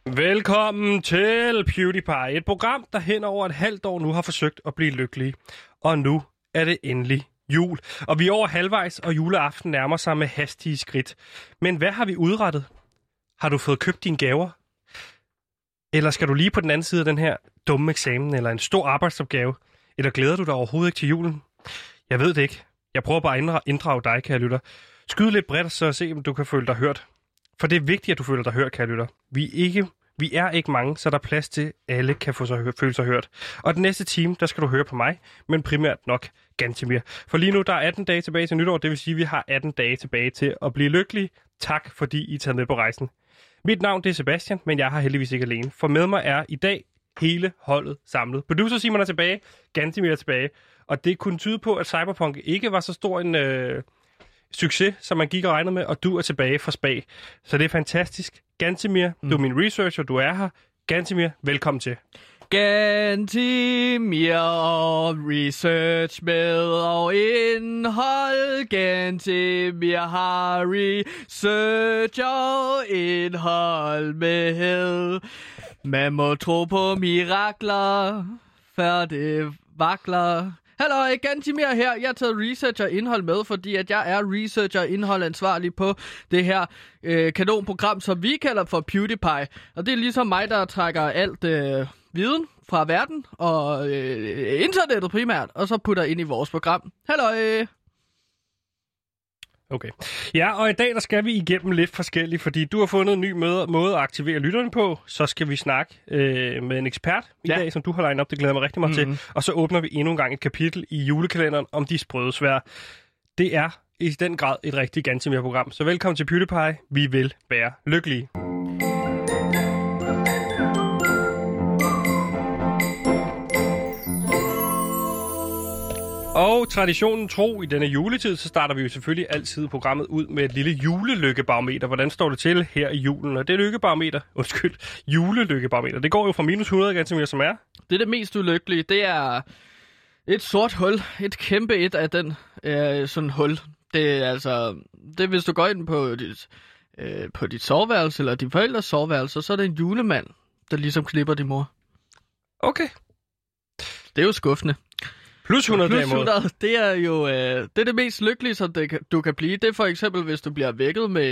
Velkommen til PewDiePie, et program, der hen over et halvt år nu har forsøgt at blive lykkelige. Og nu er det endelig jul, og vi er over halvvejs, og juleaften nærmer sig med hastige skridt. Men hvad har vi udrettet? Har du fået købt dine gaver? Eller skal du lige på den anden side af den her dumme eksamen, eller en stor arbejdsopgave? Eller glæder du dig overhovedet ikke til julen? Jeg ved det ikke. Jeg prøver bare at inddrage dig, kære lytter. Skyd lidt bredt, så se, om du kan føle dig hørt. For det er vigtigt, at du føler dig hørt, kære lytter. Vi er ikke mange, så der er plads til, at alle kan føle sig hørt. Og den næste time, der skal du høre på mig, men primært nok Gantemir. For lige nu, der er 18 dage tilbage til nytår, det vil sige, at vi har 18 dage tilbage til at blive lykkelige. Tak, fordi I tager med på rejsen. Mit navn det er Sebastian, men jeg har heldigvis ikke alene. For med mig er i dag hele holdet samlet. Producer Simon er tilbage, Gantemir er tilbage. Og det kunne tyde på, at Cyberpunk ikke var så stor en succes, som man gik og regnede med, og du er tilbage fra Spag. Så det er fantastisk. Gantemir, du er min researcher, du er her. Gantemir, velkommen til. Gantemir, research med og indhold. Gantemir har research og indhold med. Man må tro på mirakler, før det vakler. Hallo, Gantemir her. Jeg har taget research og indhold med, fordi at jeg er researcher og indholdansvarlig på det her kanonprogram, som vi kalder for PewDiePie. Og det er ligesom mig, der trækker alt viden fra verden og internettet primært, og så putter ind i vores program. Hallo. Okay. Ja, og i dag der skal vi igennem lidt forskelligt, fordi du har fundet en ny måde at aktivere lytterne på. Så skal vi snakke med en ekspert i dag, som du har legnet op. Det glæder mig rigtig meget til. Og så åbner vi endnu en gang et kapitel i julekalenderen om de sprøde svær. Det er i den grad et rigtigt Gantemir-program. Så velkommen til PewDiePie. Vi vil være lykkelige. Og traditionen tro i denne juletid, så starter vi jo selvfølgelig altid programmet ud med et lille julelykkebarometer. Hvordan står det til her i julen? Og det julelykkebarometer, det går jo fra minus 100, Gantemir, som er. Det er det mest ulykkelige. Det er et sort hul. Et kæmpe et af den sådan hul. Det er altså, det er, hvis du går ind på dit soveværelse, eller dine forældres soveværelse, så er det en julemand, der ligesom klipper din mor. Okay. Det er jo skuffende. Plus 100 derimod. Det er jo det er det mest lykkelige, som du kan blive. Det er for eksempel, hvis du bliver vækket med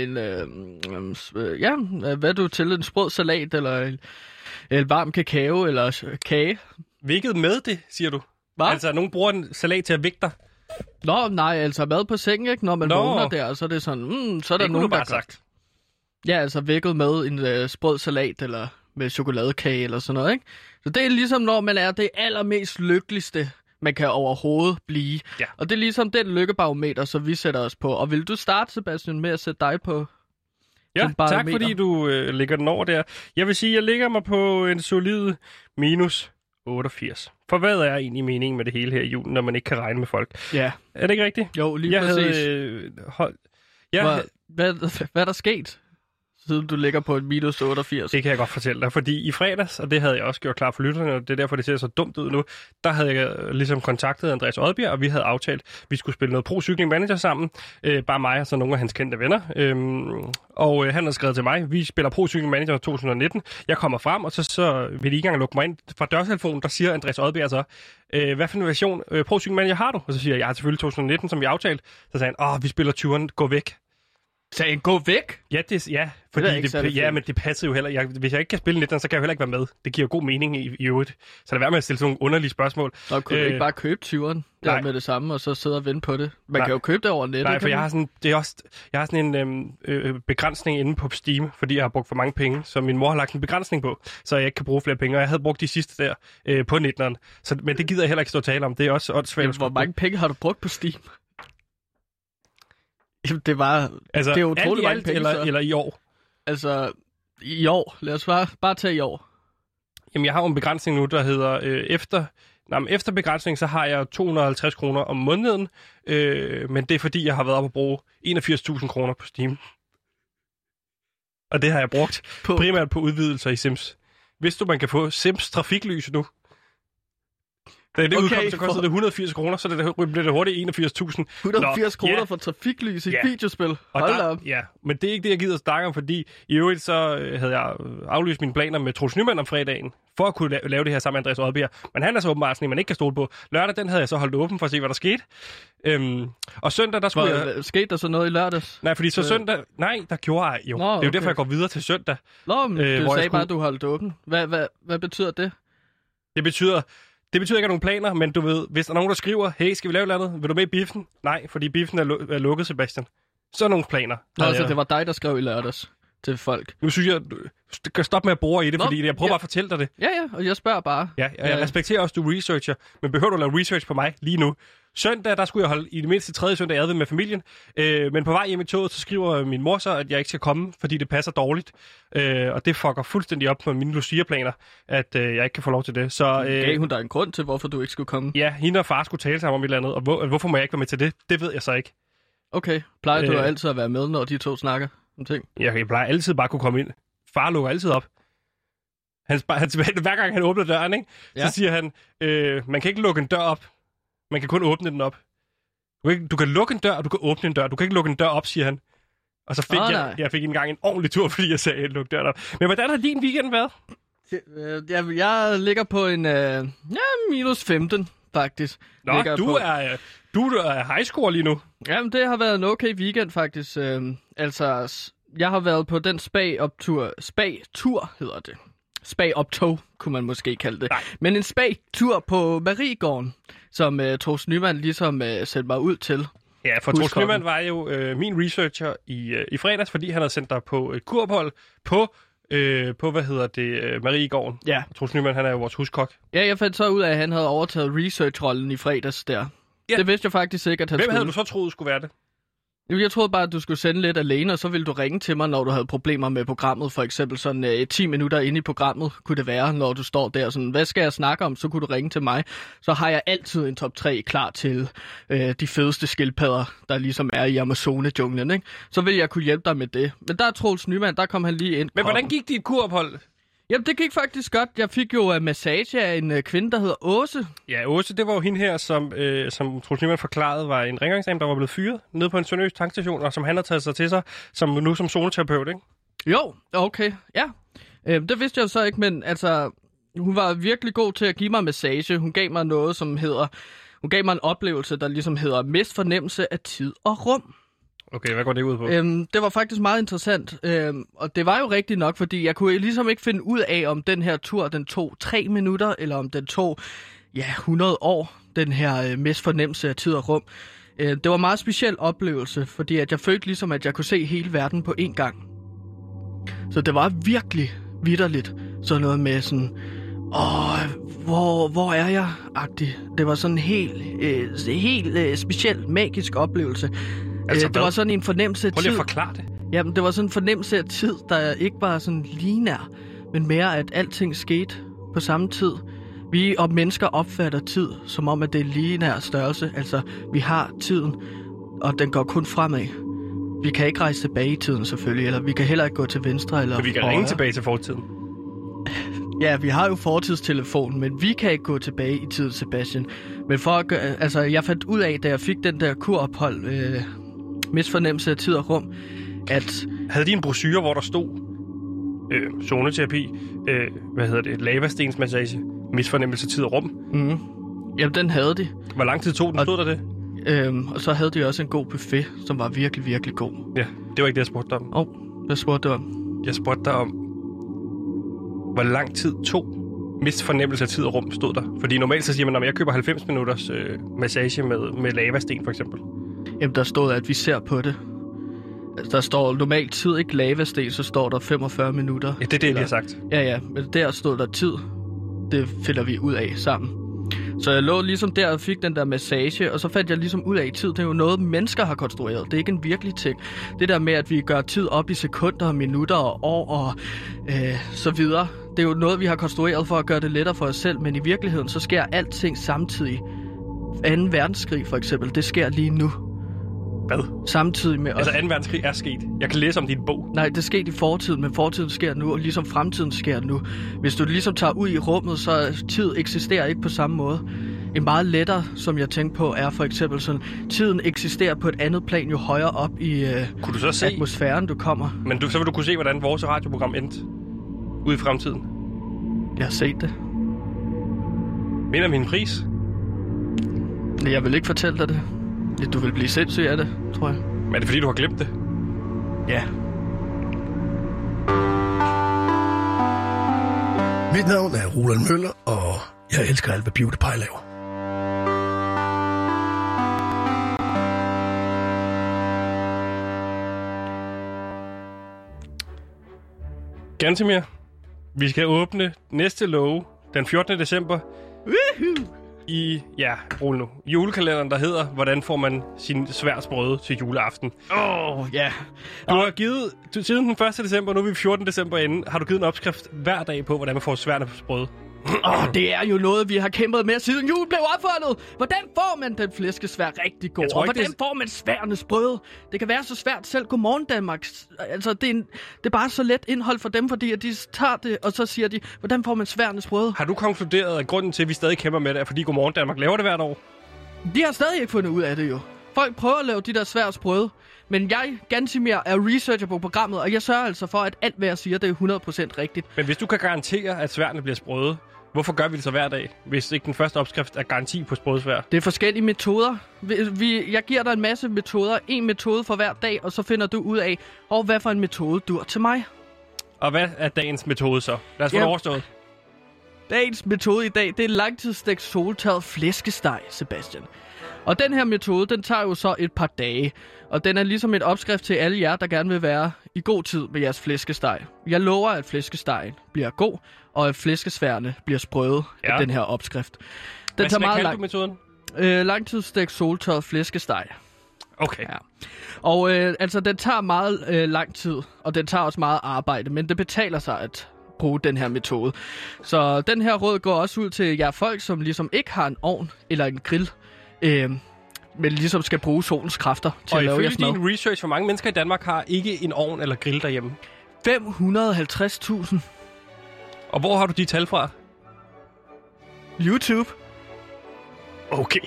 en sprød salat, eller en varm kakao, eller kage. Vækket med det, siger du? Hvad? Altså, nogen bruger en salat til at vække dig? Nå, nej, altså mad på sengen, ikke? Når man vågner der, så er det sådan, så er der det nogen, der sagt. Ja, altså vækket med en sprød salat, eller med chokoladekage, eller sådan noget, ikke? Så det er ligesom, når man er det allermest lykkeligste, man kan overhovedet blive. Ja. Og det er ligesom den lykkebarometer, som vi sætter os på. Og vil du starte, Sebastian, med at sætte dig på? Ja, tak fordi du lægger den over der. Jeg vil sige, at jeg lægger mig på en solid minus 88. For hvad er egentlig meningen med det hele her i julen, når man ikke kan regne med folk? Ja. Er det ikke rigtigt? Jo, lige præcis. Hvad er der sket, siden du ligger på en minus 88? Det kan jeg godt fortælle dig, fordi i fredags, og det havde jeg også gjort klar for lytterne, og det er derfor, det ser så dumt ud nu, der havde jeg ligesom kontaktet Andreas Odbjerg, og vi havde aftalt, at vi skulle spille noget Pro Cycling Manager sammen, bare mig og så nogle af hans kendte venner. Og han havde skrevet til mig, vi spiller Pro Cycling Manager 2019, jeg kommer frem, og så vil de ikke engang lukke mig ind fra dørtelefonen, der siger Andreas Odbjerg så, hvad for en version Pro Cycling Manager har du? Og så siger jeg har selvfølgelig 2019, som vi aftalte. Så sagde han, vi spiller 20'eren, gå væk. Sagde han, gå væk? Ja, men det passer jo heller. Hvis jeg ikke kan spille 19, så kan jeg heller ikke være med. Det giver jo god mening i øvrigt. Så lad være med at stille sådan nogle underlige spørgsmål. Nå, kunne du ikke bare købe 20'eren der med det samme, og så sidde og vente på det? Man kan jo købe det over nettet. Nej, for jeg har sådan en begrænsning inde på Steam, fordi jeg har brugt for mange penge, så min mor har lagt en begrænsning på, så jeg ikke kan bruge flere penge. Og jeg havde brugt de sidste der på 19'eren. Men det gider jeg heller ikke stå og tale om. Det er også åndssvagt. Hvor mange penge har du brugt på Steam? Det er utroligt mange penge, eller i år? Altså, i år. Lad os bare tage i år. Jamen, jeg har jo en begrænsning nu, der hedder efter begrænsning, så har jeg 250 kroner om måneden. Men det er fordi, jeg har været oppe at bruge 81.000 kroner på Steam. Og det har jeg brugt primært på udvidelser i Sims. Vidste du, man kan få Sims trafiklys nu? Da det udkom, så kostede det 180 kroner, så blev det hurtigt 81.000. 180 kroner for trafiklys i et videospil. Hold da op. Ja, men det er ikke det, jeg gider at snakke om, fordi i øvrigt så havde jeg aflyst mine planer med Troels Nyman om fredagen, for at kunne lave det her sammen med Andreas Oddbjerg. Men han er så åbenbart sådan en, man ikke kan stole på. Lørdag, den havde jeg så holdt åben for at se, hvad der skete. Og søndag, der skulle jeg... Skete der så noget i lørdags? Nej, fordi så søndag... Nej, der gjorde jeg jo. Nå, det er jo derfor, jeg går videre til søndag. Nå, men du sagde bare, at du holdt åben. Hvad betyder det? Det betyder ikke, at nogen planer, men du ved, hvis der er nogen, der skriver, hey, skal vi lave noget? Vil du med i biffen? Nej, fordi biffen er lukket, Sebastian. Så er nogle planer. Nå, altså, det var dig, der skrev i lørdags til folk. Nu synes jeg, du skal stoppe med at bore i det, fordi jeg prøver bare at fortælle dig det. Ja, og jeg spørger bare. Ja, jeg respekterer også, du researcher, men behøver du at lave research på mig lige nu? Søndag, der skulle jeg holde i det mindste 3. søndag advent med familien, men på vej hjem i toget, så skriver min mor så, at jeg ikke skal komme, fordi det passer dårligt. Og det fucker fuldstændig op på mine Lucia-planer, at jeg ikke kan få lov til det. Så, gav hun dig en grund til, hvorfor du ikke skulle komme? Ja, hende og far skulle tale sammen om et eller andet, og hvorfor må jeg ikke være med til det? Det ved jeg så ikke. Okay, plejer du altid at være med, når de to snakker om ting? Jeg plejer altid bare at kunne komme ind. Far lukker altid op. Hver gang han åbner døren, ikke? Så siger han, man kan ikke lukke en dør op. Man kan kun åbne den op. Du kan lukke en dør, og du kan åbne en dør. Du kan ikke lukke en dør op, siger han. Og så fik jeg fik engang en ordentlig tur, fordi jeg sagde, luk døren op. Men hvordan har din weekend været? Jeg ligger på en minus 15, faktisk. Nå, du er high score lige nu. Jamen, det har været en okay weekend, faktisk. Jeg har været på den spa-tur hedder det. Spa-optog, kunne man måske kalde det. Nej. Men en spa-tur på Mariegården, som Troels Nyman ligesom sendte mig ud til. Ja, for Troels Nyman var jo min researcher i fredags, fordi han havde sendt dig på et kurophold på Mariegården. Ja. Troels Nyman, han er jo vores huskok. Ja, jeg fandt så ud af, at han havde overtaget research-rollen i fredags der. Ja. Det vidste jeg faktisk ikke, at han Hvem havde du så troet skulle være det? Jeg troede bare, at du skulle sende lidt alene, og så ville du ringe til mig, når du havde problemer med programmet. For eksempel sådan 10 minutter inde i programmet kunne det være, når du står der. Sådan, hvad skal jeg snakke om? Så kunne du ringe til mig. Så har jeg altid en top 3 klar til de fedeste skildpadder, der ligesom er i Amazone-junglen, ikke? Så vil jeg kunne hjælpe dig med det. Men der er Troels Nyman, der kom han lige ind. Men hvordan gik dit kurophold? Jamen, det gik faktisk godt. Jeg fik jo massage af en kvinde, der hedder Åse. Ja, Åse, det var jo hende her, som Troels Nyman forklarede, var en rengøringsdame, der var blevet fyret nede på en sønderjysk tankstation, og som han har taget sig til sig, som zoneterapeut, ikke? Jo, okay, ja. Det vidste jeg så ikke, men altså, hun var virkelig god til at give mig massage. Hun gav mig noget, hun gav mig en oplevelse, der ligesom hedder mest fornemmelse af tid og rum. Okay, hvad går det ud på? Det var faktisk meget interessant, og det var jo rigtigt nok, fordi jeg kunne ligesom ikke finde ud af, om den her tur, den tog 3 minutter, eller om den tog 100 år, den her mest fornemmelse af tid og rum. Det var en meget speciel oplevelse, fordi at jeg følte ligesom, at jeg kunne se hele verden på én gang. Så det var virkelig vitterligt sådan noget med sådan, hvor er jeg-agtigt. Det var sådan en helt speciel, magisk oplevelse. Altså, det var sådan en fornemmelse af tid. Prøv lige at forklare det. Jamen, det var sådan en fornemmelse af tid, der ikke var sådan linær, men mere, at alting skete på samme tid. Vi og mennesker opfatter tid, som om, at det er linær størrelse. Altså, vi har tiden, og den går kun fremad. Vi kan ikke rejse tilbage i tiden, selvfølgelig, eller vi kan heller ikke gå til venstre eller højre. Men vi kan ringe tilbage til fortiden. Ja, vi har jo fortidstelefonen, men vi kan ikke gå tilbage i tiden, Sebastian. Men for at gøre, altså, jeg fandt ud af, da jeg fik den der kurophold, misfornemmelse af tid og rum, at... Havde de en brochure, hvor der stod zoneterapi, lavastensmassage, misfornemmelse af tid og rum? Mhm. Jamen, den havde de. Hvor lang tid tog den? Stod der det? Og så havde de også en god buffet, som var virkelig, virkelig god. Ja, det var ikke det, jeg spurgte dig om. Hvad spurgte du om? Jeg spurgte dig om, hvor lang tid tog misfornemmelse af tid og rum, stod der. Fordi normalt så siger man, at jeg køber 90 minutters massage med lavasten, for eksempel. Jamen, der stod, at vi ser på det. Altså, der står normalt tid, ikke lavasten, så står der 45 minutter. Ja, det er det, de har sagt. Ja, men der stod der tid. Det finder vi ud af sammen. Så jeg lå ligesom der og fik den der massage, og så fandt jeg ligesom ud af, at tid, det er jo noget, mennesker har konstrueret. Det er ikke en virkelig ting. Det der med, at vi gør tid op i sekunder, minutter og år og så videre, det er jo noget, vi har konstrueret for at gøre det lettere for os selv, men i virkeligheden, så sker alting samtidig. 2. verdenskrig for eksempel, det sker lige nu. Hvad? Samtidig med... Altså 2. verdenskrig er sket. Jeg kan læse om din bog. Nej, det skete i fortiden, men fortiden sker nu, og ligesom fremtiden sker nu. Hvis du ligesom tager ud i rummet, så tid eksisterer ikke på samme måde. En meget lettere, som jeg tænkte på, er for eksempel sådan, tiden eksisterer på et andet plan, jo højere op i kunne du så se atmosfæren du kommer. Men så vil du kunne se, hvordan vores radioprogram endte ude i fremtiden. Jeg har set det. Mener min pris? Jeg vil ikke fortælle dig det. Du vil blive sindssyg af det, tror jeg. Men er det fordi, du har glemt det? Ja. Mit navn er Roland Møller, og jeg elsker alt, hvad PewDiePie laver. Gantemir, vi skal åbne næste låge den 14. december. I, rolig nu, julekalenderen, der hedder, hvordan får man sin sværsbrøde til juleaften. Ja. Du har givet, siden den 1. december, nu er vi 14. december inden, har du givet en opskrift hver dag på, hvordan man får sværsbrøde. Det er jo noget, vi har kæmpet med, siden julen blev opfundet. Hvordan får man den flæskesvær rigtig god? Og hvordan får man sværnes brød? Det kan være så svært selv. Godmorgen Danmark. Altså, det er bare så let indhold for dem, fordi at de tager det, og så siger de, hvordan får man sværnes brød? Har du konkluderet, at grunden til, at vi stadig kæmper med det, er fordi Godmorgen Danmark laver det hvert år? De har stadig ikke fundet ud af det jo. Folk prøver at lave de der sværs brød. Men jeg, Gantemir, er researcher på programmet, og jeg sørger altså for, at alt, hvad jeg siger, det er 100% rigtigt. Men hvis du kan garantere, at sværene bliver sprøde, hvorfor gør vi det så hver dag, hvis ikke den første opskrift er garanti på sprødsvær? Det er forskellige metoder. Jeg giver dig en masse metoder. En metode for hver dag, og så finder du ud af, hvad for en metode dur til mig. Og hvad er dagens metode så? Lad os få det overstået. Dagens metode i dag, det er langtidsstegt soltørret flæskesteg, Sebastian. Og den her metode, den tager jo så et par dage. Og den er ligesom et opskrift til alle jer, der gerne vil være i god tid med jeres flæskesteg. Jeg lover, at flæskestegen bliver god, og at flæskesværene bliver sprøde af den her opskrift. Hvad kalder du metoden? Langtidsstegt soltørret flæskesteg. Okay. Ja. Og altså, den tager meget lang tid, og den tager også meget arbejde, men det betaler sig at bruge den her metode. Så den her råd går også ud til jer folk, som ligesom ikke har en ovn eller en grill, men ligesom skal bruge solens kræfter til at lave jeres mad. Og ifølge din research, hvor mange mennesker i Danmark har ikke en ovn eller grill derhjemme? 550.000. Og hvor har du de tal fra? YouTube. Okay.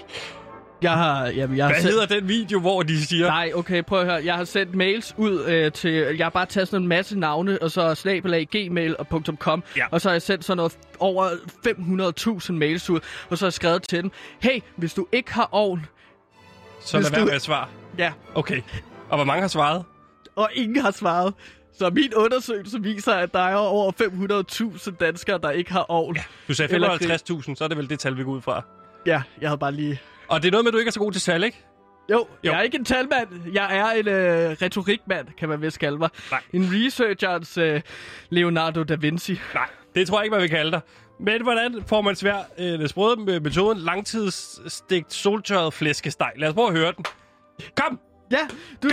Hvad hedder den video, hvor de siger... Nej, okay, prøv at høre. Jeg har sendt mails ud til... Jeg har bare taget sådan en masse navne, og så @gmail.com. Ja. Og så har jeg sendt sådan noget over 500.000 mails ud, og så har jeg skrevet til dem, hey, hvis du ikke har ovn... Så lad være med at svare? Ja. Okay. Og hvor mange har svaret? Og ingen har svaret. Så min undersøgelse viser, at der er over 500.000 danskere, der ikke har ovn. Ja. Du sagde 550.000, så er det vel det tal, vi går ud fra? Ja, jeg havde bare lige... Og det er noget med, at du ikke er så god til tal, ikke? Jo, jeg er ikke en talmand. Jeg er en retorikmand, kan man vist kalde mig. Nej. En researcherens Leonardo da Vinci. Nej, det tror jeg ikke, man vil kalde dig. Men hvordan får man sprøde med metoden langtidsstegt soltørret flæskesteg? Lad os prøve at høre den. Kom! Ja,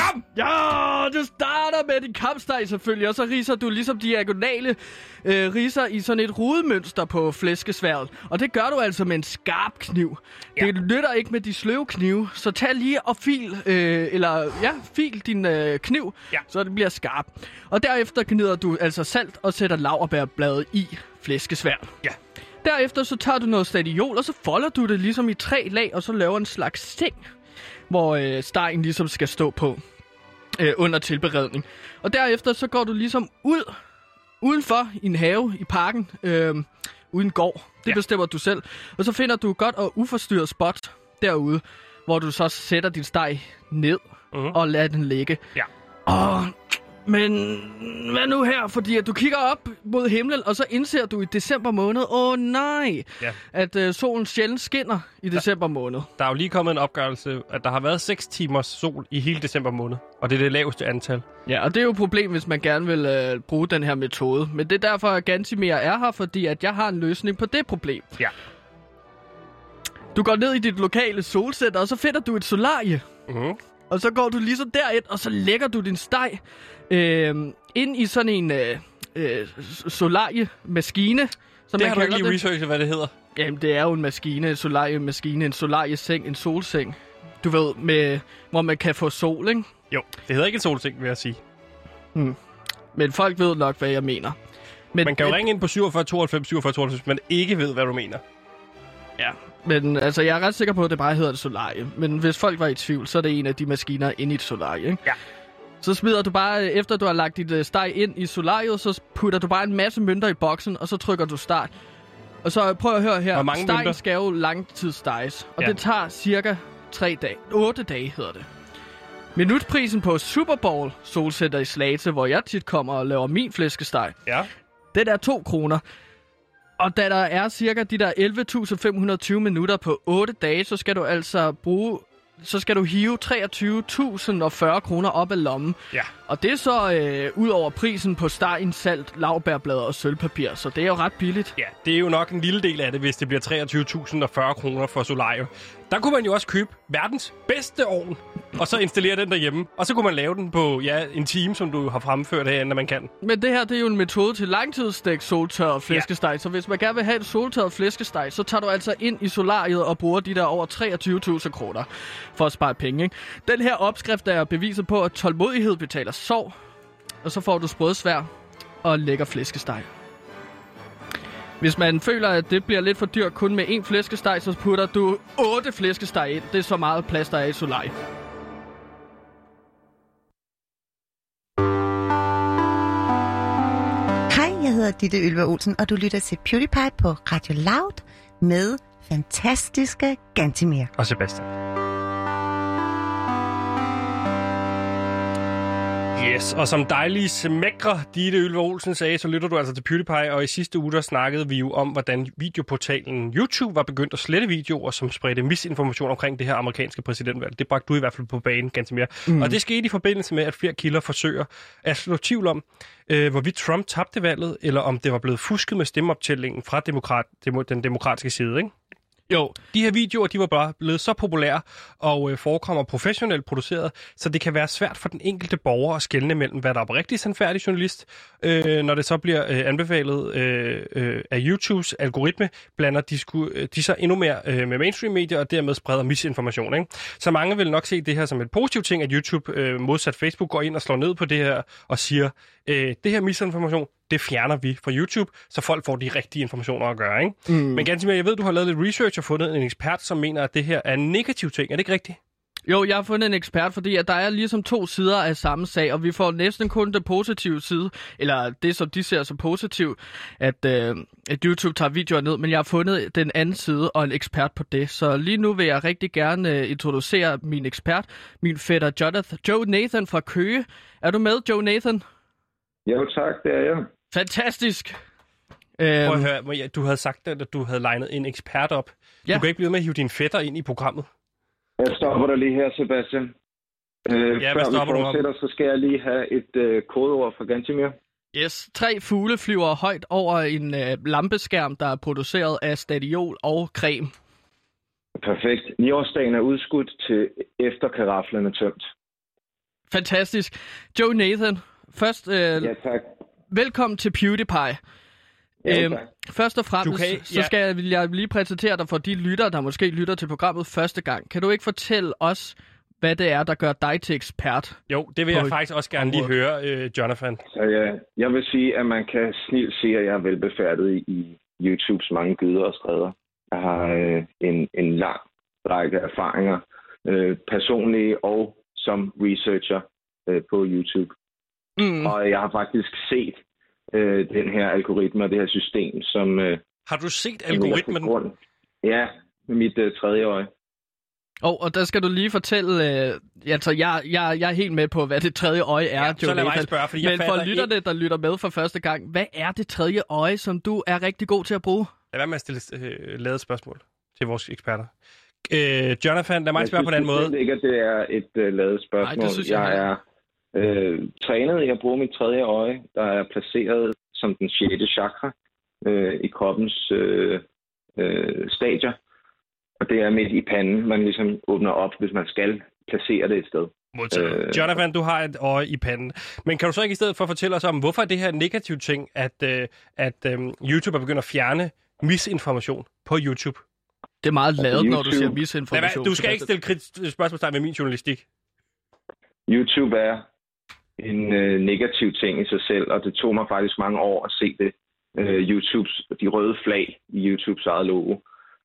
du starter med din kampsteg selvfølgelig, og så riser du ligesom diagonale riser i sådan et rudemønster på flæskesværet. Og det gør du altså med en skarp kniv. Ja. Det nytter ikke med de sløve knive, så tag lige og fil din kniv, så det bliver skarp. Og derefter gnider du altså salt og sætter laurbærbladet i flæskesværet. Ja. Derefter så tager du noget stadiol, og så folder du det ligesom i 3 lag, og så laver en slags seng, hvor stegen ligesom skal stå på under tilberedning. Og derefter så går du ligesom udenfor i en have i parken, uden gård. Det bestemmer du selv. Og så finder du et godt og uforstyrret spot derude, hvor du så sætter din steg ned og lader den ligge. Ja. Men hvad nu her? Fordi at du kigger op mod himlen, og så indser du i december måned, at solen sjældent skinner i december måned. Der er jo lige kommet en opgørelse, at der har været 6 timers sol i hele december måned. Og det er det laveste antal. Ja, og det er jo et problem, hvis man gerne vil bruge den her metode. Men det er derfor, at Gantemir er her, fordi at jeg har en løsning på det problem. Ja. Du går ned i dit lokale solcenter, og så finder du et solarie. Og så går du ligesom derind, og så lægger du din steg ind i sådan en solariemaskine. Det har du ikke lige researchet, hvad det hedder? Jamen, det er jo en maskine, en solariemaskine, en solarieseng, en solseng. Du ved, hvor man kan få sol, ikke? Jo, det hedder ikke en solseng, vil jeg sige. Men folk ved nok, hvad jeg mener. Man kan jo ringe ind på 47 92 47 92, hvis man ikke ved, hvad du mener. Ja, men altså, jeg er ret sikker på, at det bare hedder et solarie. Men hvis folk var i tvivl, så er det en af de maskiner inde i et solarie, ikke? Ja. Så smider du bare, efter du har lagt dit steg ind i solariet, så putter du bare en masse mønter i boksen, og så trykker du start. Og så prøv at høre her. Stegen skal jo langtidssteges, og det tager cirka 8 dage hedder det. Minutprisen på Super Bowl solcenter i Slagelse, hvor jeg tit kommer og laver min flæskesteg, den er 2 kroner. Og da der er cirka de der 11.520 minutter på 8 dage, så skal du altså hive 23.040 kroner op af lommen. Ja. Og det er så ud over prisen på stegen, salt, laurbærblad og sølvpapir, så det er jo ret billigt. Ja, det er jo nok en lille del af det, hvis det bliver 23.040 kroner for Solario. Der kunne man jo også købe verdens bedste ovn, og så installere den derhjemme. Og så kunne man lave den på en time, som du har fremført herinde, når man kan. Men det her, det er jo en metode til langtidsstegt soltørret flæskesteg. Så hvis man gerne vil have et soltørret flæskesteg, så tager du altså ind i solariet og bruger de der over 23.000 kroner for at spare penge, ikke? Den her opskrift er beviset på, at tålmodighed betaler sorg, og så får du sprødsvær og lækker flæskesteg. Hvis man føler, at det bliver lidt for dyrt kun med 1 flæskesteg, så putter du 8 flæskesteg ind. Det er så meget plads, der er i solarie. Hej, jeg hedder Ditte Ylva Olsen, og du lytter til PewDiePie på Radio Loud med fantastiske Gantimir. Og Sebastian. Yes, og som dejlige smækre Ditte Ylva Olsen sagde, så lytter du altså til PewDiePie, og i sidste uge der snakkede vi jo om, hvordan videoportalen YouTube var begyndt at slette videoer, som spredte misinformation omkring det her amerikanske præsidentvalg. Det bragte du i hvert fald på banen, ganske mere. Og det skete i forbindelse med, at flere kilder forsøger at slå tvivl om, hvorvidt Trump tabte valget, eller om det var blevet fusket med stemmeoptællingen fra den demokratiske side, ikke? Jo, de her videoer, de var bare blevet så populære og forekommer professionelt produceret, så det kan være svært for den enkelte borger at skelne mellem, hvad der er oprigtig sandfærdig journalist, når det så bliver anbefalet af YouTubes algoritme, blander de så endnu mere med mainstream-medier og dermed spreder misinformation, ikke? Så mange vil nok se det her som et positivt ting, at YouTube modsat Facebook går ind og slår ned på det her og siger, det her misinformation, det fjerner vi fra YouTube, så folk får de rigtige informationer at gøre, ikke? Men Gansimir, jeg ved, du har lavet lidt research og fundet en ekspert, som mener, at det her er en negativ ting. Er det ikke rigtigt? Jo, jeg har fundet en ekspert, fordi at der er ligesom 2 sider af samme sag, og vi får næsten kun det positive side, eller det, som de ser som positivt, at YouTube tager videoer ned, men jeg har fundet den anden side og en ekspert på det. Så lige nu vil jeg rigtig gerne introducere min ekspert, min fætter Joe Nathan fra Køge. Er du med, Joe Nathan? Jo tak, det er jeg. Fantastisk. Prøv at høre, du havde sagt, at du havde legnet en ekspert op. Ja. Du kan ikke blive med at hive din fætter ind i programmet. Jeg stopper dig lige her, Sebastian. Hvad stopper du om? Så skal jeg lige have et kodeord fra Gantimir. Yes, 3 fugle flyver højt over en lampeskærm, der er produceret af stadiol og creme. Perfekt. 9-årsdagen er udskudt til efter karaflen er tømt. Fantastisk. Joe Nathan, først ja, tak. Velkommen til PewDiePie. Ja, først og fremmest, vil jeg lige præsentere dig for de lyttere, der måske lytter til programmet første gang. Kan du ikke fortælle os, hvad det er, der gør dig til ekspert? Jo, det vil jeg faktisk også gerne lige høre, Jonathan. Så jeg vil sige, at man kan snilt sige, at jeg er velbefærdet i YouTubes mange gyder og stræder. Jeg har en lang række erfaringer, personlige og som researcher på YouTube. Og jeg har faktisk set den her algoritme og det her system, som... Har du set algoritmen? Ja, med mit tredje øje. Og der skal du lige fortælle... altså, jeg er helt med på, hvad det tredje øje er, ja, så lad mig spørge, fordi men for lytterne, der lytter med for første gang, hvad er det tredje øje, som du er rigtig god til at bruge? Lad være med at stille lavet spørgsmål til vores eksperter. Jonathan, lad mig spørge på den måde. Jeg synes ikke, at det er et lavet spørgsmål. Nej, det synes jeg er trænet i at bruge mit tredje øje, der er placeret som den 6. chakra i kroppens stadier. Og det er midt i panden, man ligesom åbner op, hvis man skal placere det et sted. Jonathan, du har et øje i panden. Men kan du så ikke i stedet for fortælle os om, hvorfor er det her negativt ting, at YouTube er begyndt at fjerne misinformation på YouTube? Det er meget lavet, når du siger misinformation. Du skal ikke stille spørgsmålstegn med min journalistik. YouTube er en negativ ting i sig selv, og det tog mig faktisk mange år at se det. De røde flag i YouTubes eget logo.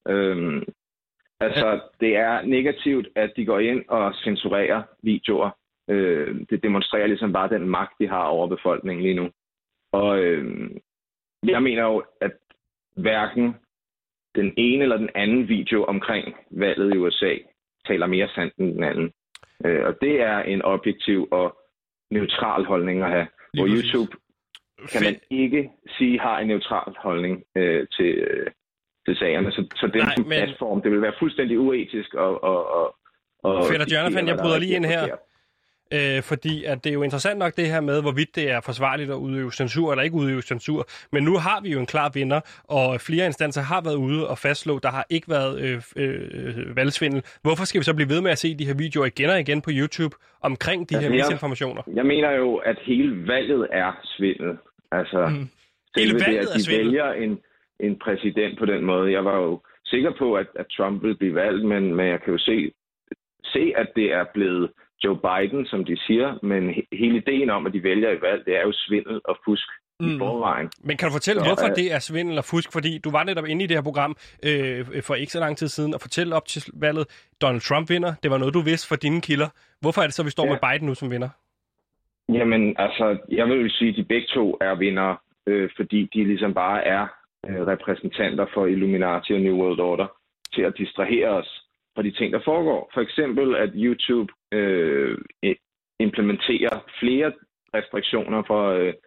Det er negativt, at de går ind og censurerer videoer. Det demonstrerer ligesom bare den magt, de har over befolkningen lige nu. Og jeg mener jo, at hverken den ene eller den anden video omkring valget i USA taler mere sandt end den anden. Og det er en objektiv og neutral holdning at have. Hvor YouTube kan man ikke sige har en neutral holdning til sagerne. Så det er en platform. Det vil være fuldstændig uetisk og Fætter Jonathan, jeg bryder lige ind her. Fordi at det er jo interessant nok det her med, hvorvidt det er forsvarligt at udøve censur eller ikke udøve censur. Men nu har vi jo en klar vinder, og flere instanser har været ude og fastslå, der har ikke været valgsvindel. Hvorfor skal vi så blive ved med at se de her videoer igen og igen på YouTube omkring de her misinformationer? Jeg mener jo, at hele valget er svindel. Hele valget er svindel? De vælger en præsident på den måde. Jeg var jo sikker på, at Trump ville blive valgt, men jeg kan jo se, at det er blevet Joe Biden, som de siger, men hele ideen om, at de vælger i valg, det er jo svindel og fusk i forvejen. Men kan du fortælle, hvorfor det er svindel og fusk? Fordi du var netop inde i det her program for ikke så lang tid siden og fortælle op til valget, Donald Trump vinder. Det var noget, du vidste fra dine kilder. Hvorfor er det så, vi står med Biden nu som vinder? Jamen, jeg vil jo sige, at de begge to er vindere, fordi de ligesom bare er repræsentanter for Illuminati og New World Order til at distrahere os fra de ting, der foregår. For eksempel, at YouTube implementerer flere restriktioner for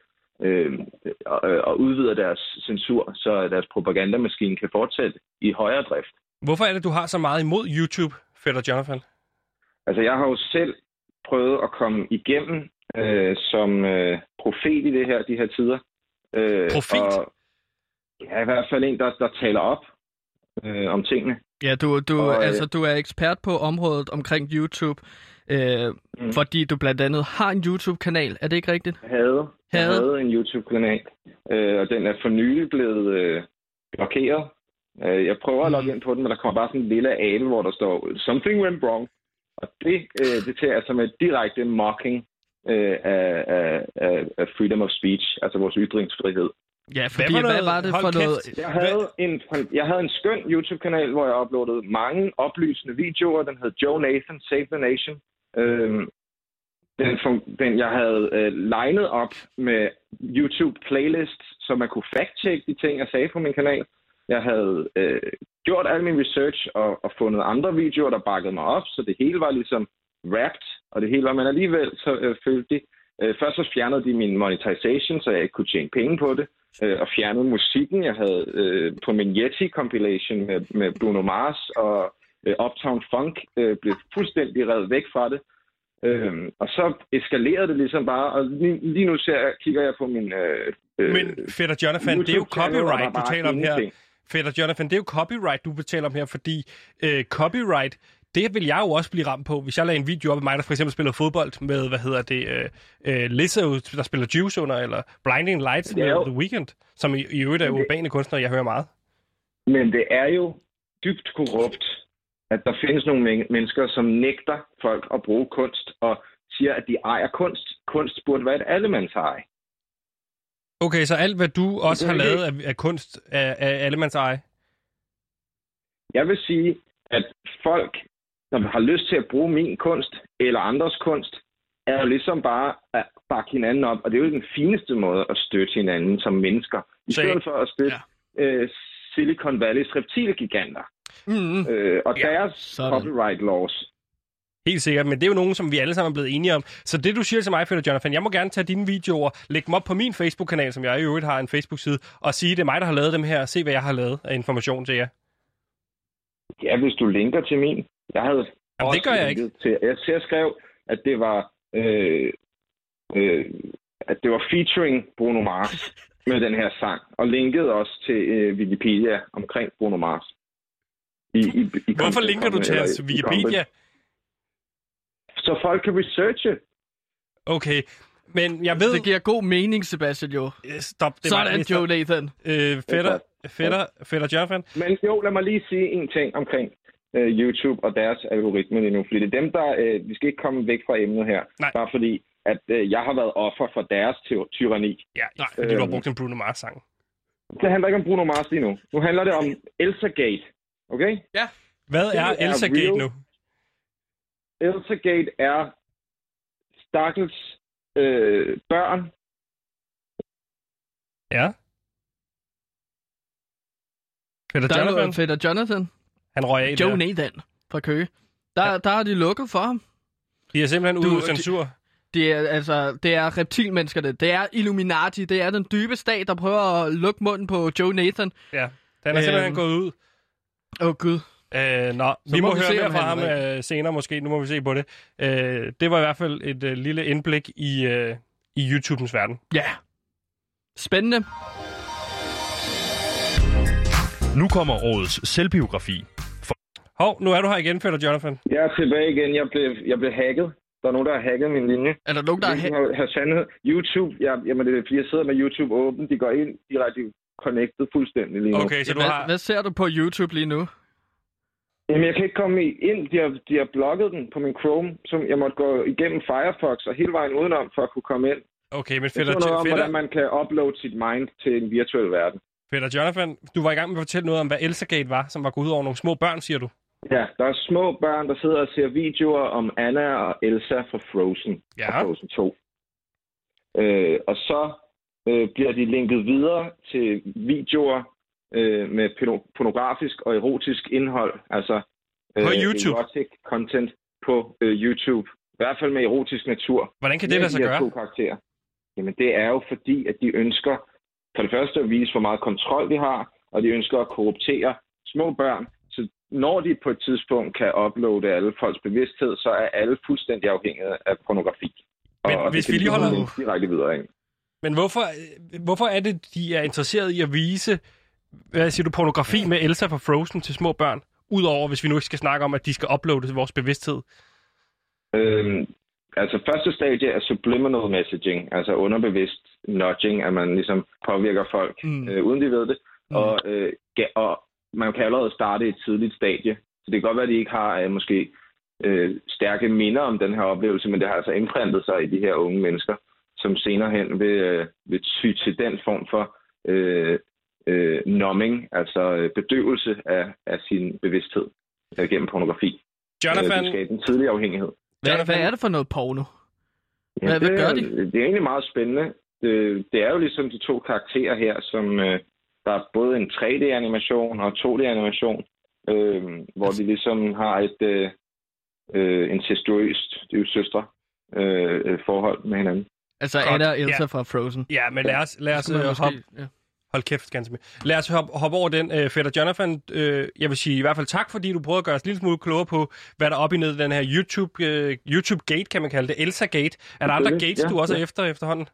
at udvide deres censur, så deres propagandamaskine kan fortsætte i højere drift. Hvorfor er det, du har så meget imod YouTube, Fætter Jonathan? Jeg har jo selv prøvet at komme igennem som profet i de her tider. Profet? Og jeg er i hvert fald en, der taler op om tingene. Ja, du er ekspert på området omkring YouTube, fordi du blandt andet har en YouTube-kanal. Er det ikke rigtigt? Jeg havde en YouTube-kanal, og den er for nylig blevet blokeret. Jeg prøver at logge ind på den, men der kommer bare sådan en lille ale, hvor der står "Something went wrong". Og det tager altså med direkte mocking af freedom of speech, altså vores ytringsfrihed. Ja, fordi hvad var det for noget? Jeg havde en skøn YouTube-kanal, hvor jeg uploadede mange oplysende videoer. Den hed Joe Nathan Save the Nation. Jeg havde linet op med YouTube-playlists, så man kunne fact-check de ting, jeg sagde på min kanal. Jeg havde gjort al min research og fundet andre videoer, der bakkede mig op, så det hele var ligesom wrapped, og det hele var, men alligevel så følte de. Først så fjernede de min monetization, så jeg ikke kunne tjene penge på det, og fjernede musikken, jeg havde på min Yeti-compilation med Bruno Mars, og Uptown Funk blev fuldstændig revet væk fra det. Og så eskalerede det ligesom bare, og lige nu kigger jeg på min Men Fætter Jonathan, det er jo copyright, du taler om her. Fætter Jonathan, det er jo copyright, du betaler om her, fordi copyright, det vil jeg jo også blive ramt på, hvis jeg lagde en video op af mig, der for eksempel spiller fodbold med, Lizzo, der spiller Juice under, eller Blinding Lights med The Weeknd, som i øvrigt er urbane kunstnere, jeg hører meget. Men det er jo dybt korrupt, at der findes nogle mennesker, som nægter folk at bruge kunst, og siger, at de ejer kunst. Kunst burde være et allemandseje. Okay, så alt, hvad du også har lavet af kunst, er allemandseje? Jeg vil sige, at folk, der har lyst til at bruge min kunst, eller andres kunst, er jo ligesom bare at bakke hinanden op, og det er jo den fineste måde at støtte hinanden som mennesker, i stedet for at støtte Silicon Valleys reptilgiganter. Og deres copyright laws. Helt sikkert, men det er jo nogen, som vi alle sammen er blevet enige om. Så det, du siger til mig, Fætter Jonathan, jeg må gerne tage dine videoer, lægge dem op på min Facebook-kanal, som jeg i øvrigt har en Facebook-side, og sige, det er mig, der har lavet dem her, og se, hvad jeg har lavet af information til jer. Ja, hvis du linker til min. Jeg havde det gør jeg ikke. Jeg skrev, at det var featuring Bruno Mars med den her sang, og linkede også til Wikipedia omkring Bruno Mars. Hvorfor linker du til Wikipedia? Så folk kan researche. Okay, men jeg ved... Det giver god mening, Sebastian, jo. Stop. Det sådan, Joe Nathan. Fætter Jonathan. Men jo, lad mig lige sige en ting omkring YouTube og deres algoritme lige nu. Fordi det er dem, der... vi skal ikke komme væk fra emnet her. Nej. Bare fordi, at jeg har været offer for deres tyranni. Ja, fordi du har brugt en Bruno Mars-sang. Det handler ikke om Bruno Mars lige nu. Nu handler det om Elsagate. Okay? Ja. Hvad er Det er Elsa-gate real. nu? Elsa-gate er stakkels børn. Ja. Fætter Der er Jonathan, noget Fætter Jonathan. han røg af Joe der. Nathan fra Køge. Der har de lukket for ham. De er simpelthen ude censur. Det er reptilmennesker, det er Illuminati, det er den dybe stat, der prøver at lukke munden på Joe Nathan. Ja, den er simpelthen gået ud. Gud. Vi må vi høre se, mere om fra han ham senere måske. Nu må vi se på det. Det var i hvert fald et lille indblik i YouTubens verden. Ja. Spændende. Nu kommer årets selvbiografi. Hov, nu er du her igen, Fætter Jonathan. Jeg er tilbage igen. Jeg blev hacket. Der er nogen, der har hacket min linje. Er der nogen, der har sandhed. YouTube, jamen det er fordi, jeg sidder med YouTube åben. De går ind direkte connected fuldstændig lige nu. Okay, så du har... Hvad ser du på YouTube lige nu? Jamen, jeg kan ikke komme ind. De har blokket den på min Chrome, så jeg måtte gå igennem Firefox og hele vejen udenom for at kunne komme ind. Okay, men Det er noget om, hvordan man kan uploade sit mind til en virtuel verden. Fætter Jonathan, du var i gang med at fortælle noget om, hvad Elsa-gate var, som var gået ud over nogle små børn, siger du? Ja, der er små børn, der sidder og ser videoer om Anna og Elsa fra Frozen. Ja. Fra Frozen 2. Og så bliver de linket videre til videoer med pornografisk og erotisk indhold. Altså på YouTube? Erotic content på YouTube. I hvert fald med erotisk natur. Hvordan kan det lade sig gøre? To karakterer. Jamen det er jo fordi, at de ønsker for det første at vise, hvor meget kontrol de har, og de ønsker at korruptere små børn. Så når de på et tidspunkt kan uploade alle folks bevidsthed, så er alle fuldstændig afhængige af pornografi. Men og hvis vi lige holder direkte videre af. Men hvorfor er det, de er interesseret i at vise, hvad siger du, pornografi med Elsa fra Frozen til små børn? Udover, hvis vi nu ikke skal snakke om, at de skal uploade vores bevidsthed. Altså første stadie er subliminal messaging, altså underbevidst nudging, at man ligesom påvirker folk, uden de ved det. Og man kan allerede starte i et tidligt stadie. Så det kan godt være, at de ikke har måske stærke minder om den her oplevelse, men det har altså indprintet sig i de her unge mennesker, som senere hen vil ty til den form for numbing, altså bedøvelse af sin bevidsthed gennem pornografi. Jonathan, det skaber en tidlig afhængighed. Hvad er det for noget porno? Ja, hvad gør de? Det er egentlig meget spændende. Det er jo ligesom de to karakterer her, som der er både en 3D-animation og 2D-animation, hvor de ligesom har et incestuøst, det er jo søstre, forhold med hinanden. Altså Anna og Elsa fra Frozen. Ja, men lad os hoppe... Ja. Hold kæft, ganske. Lad os hoppe over den. Fætter Jonathan, jeg vil sige i hvert fald tak, fordi du prøvede at gøre os en lille smule klogere på, hvad der er oppe i ned i den her YouTube-gate, kan man kalde det. Elsa-gate. Er der andre gates, du også er efter efterhånden?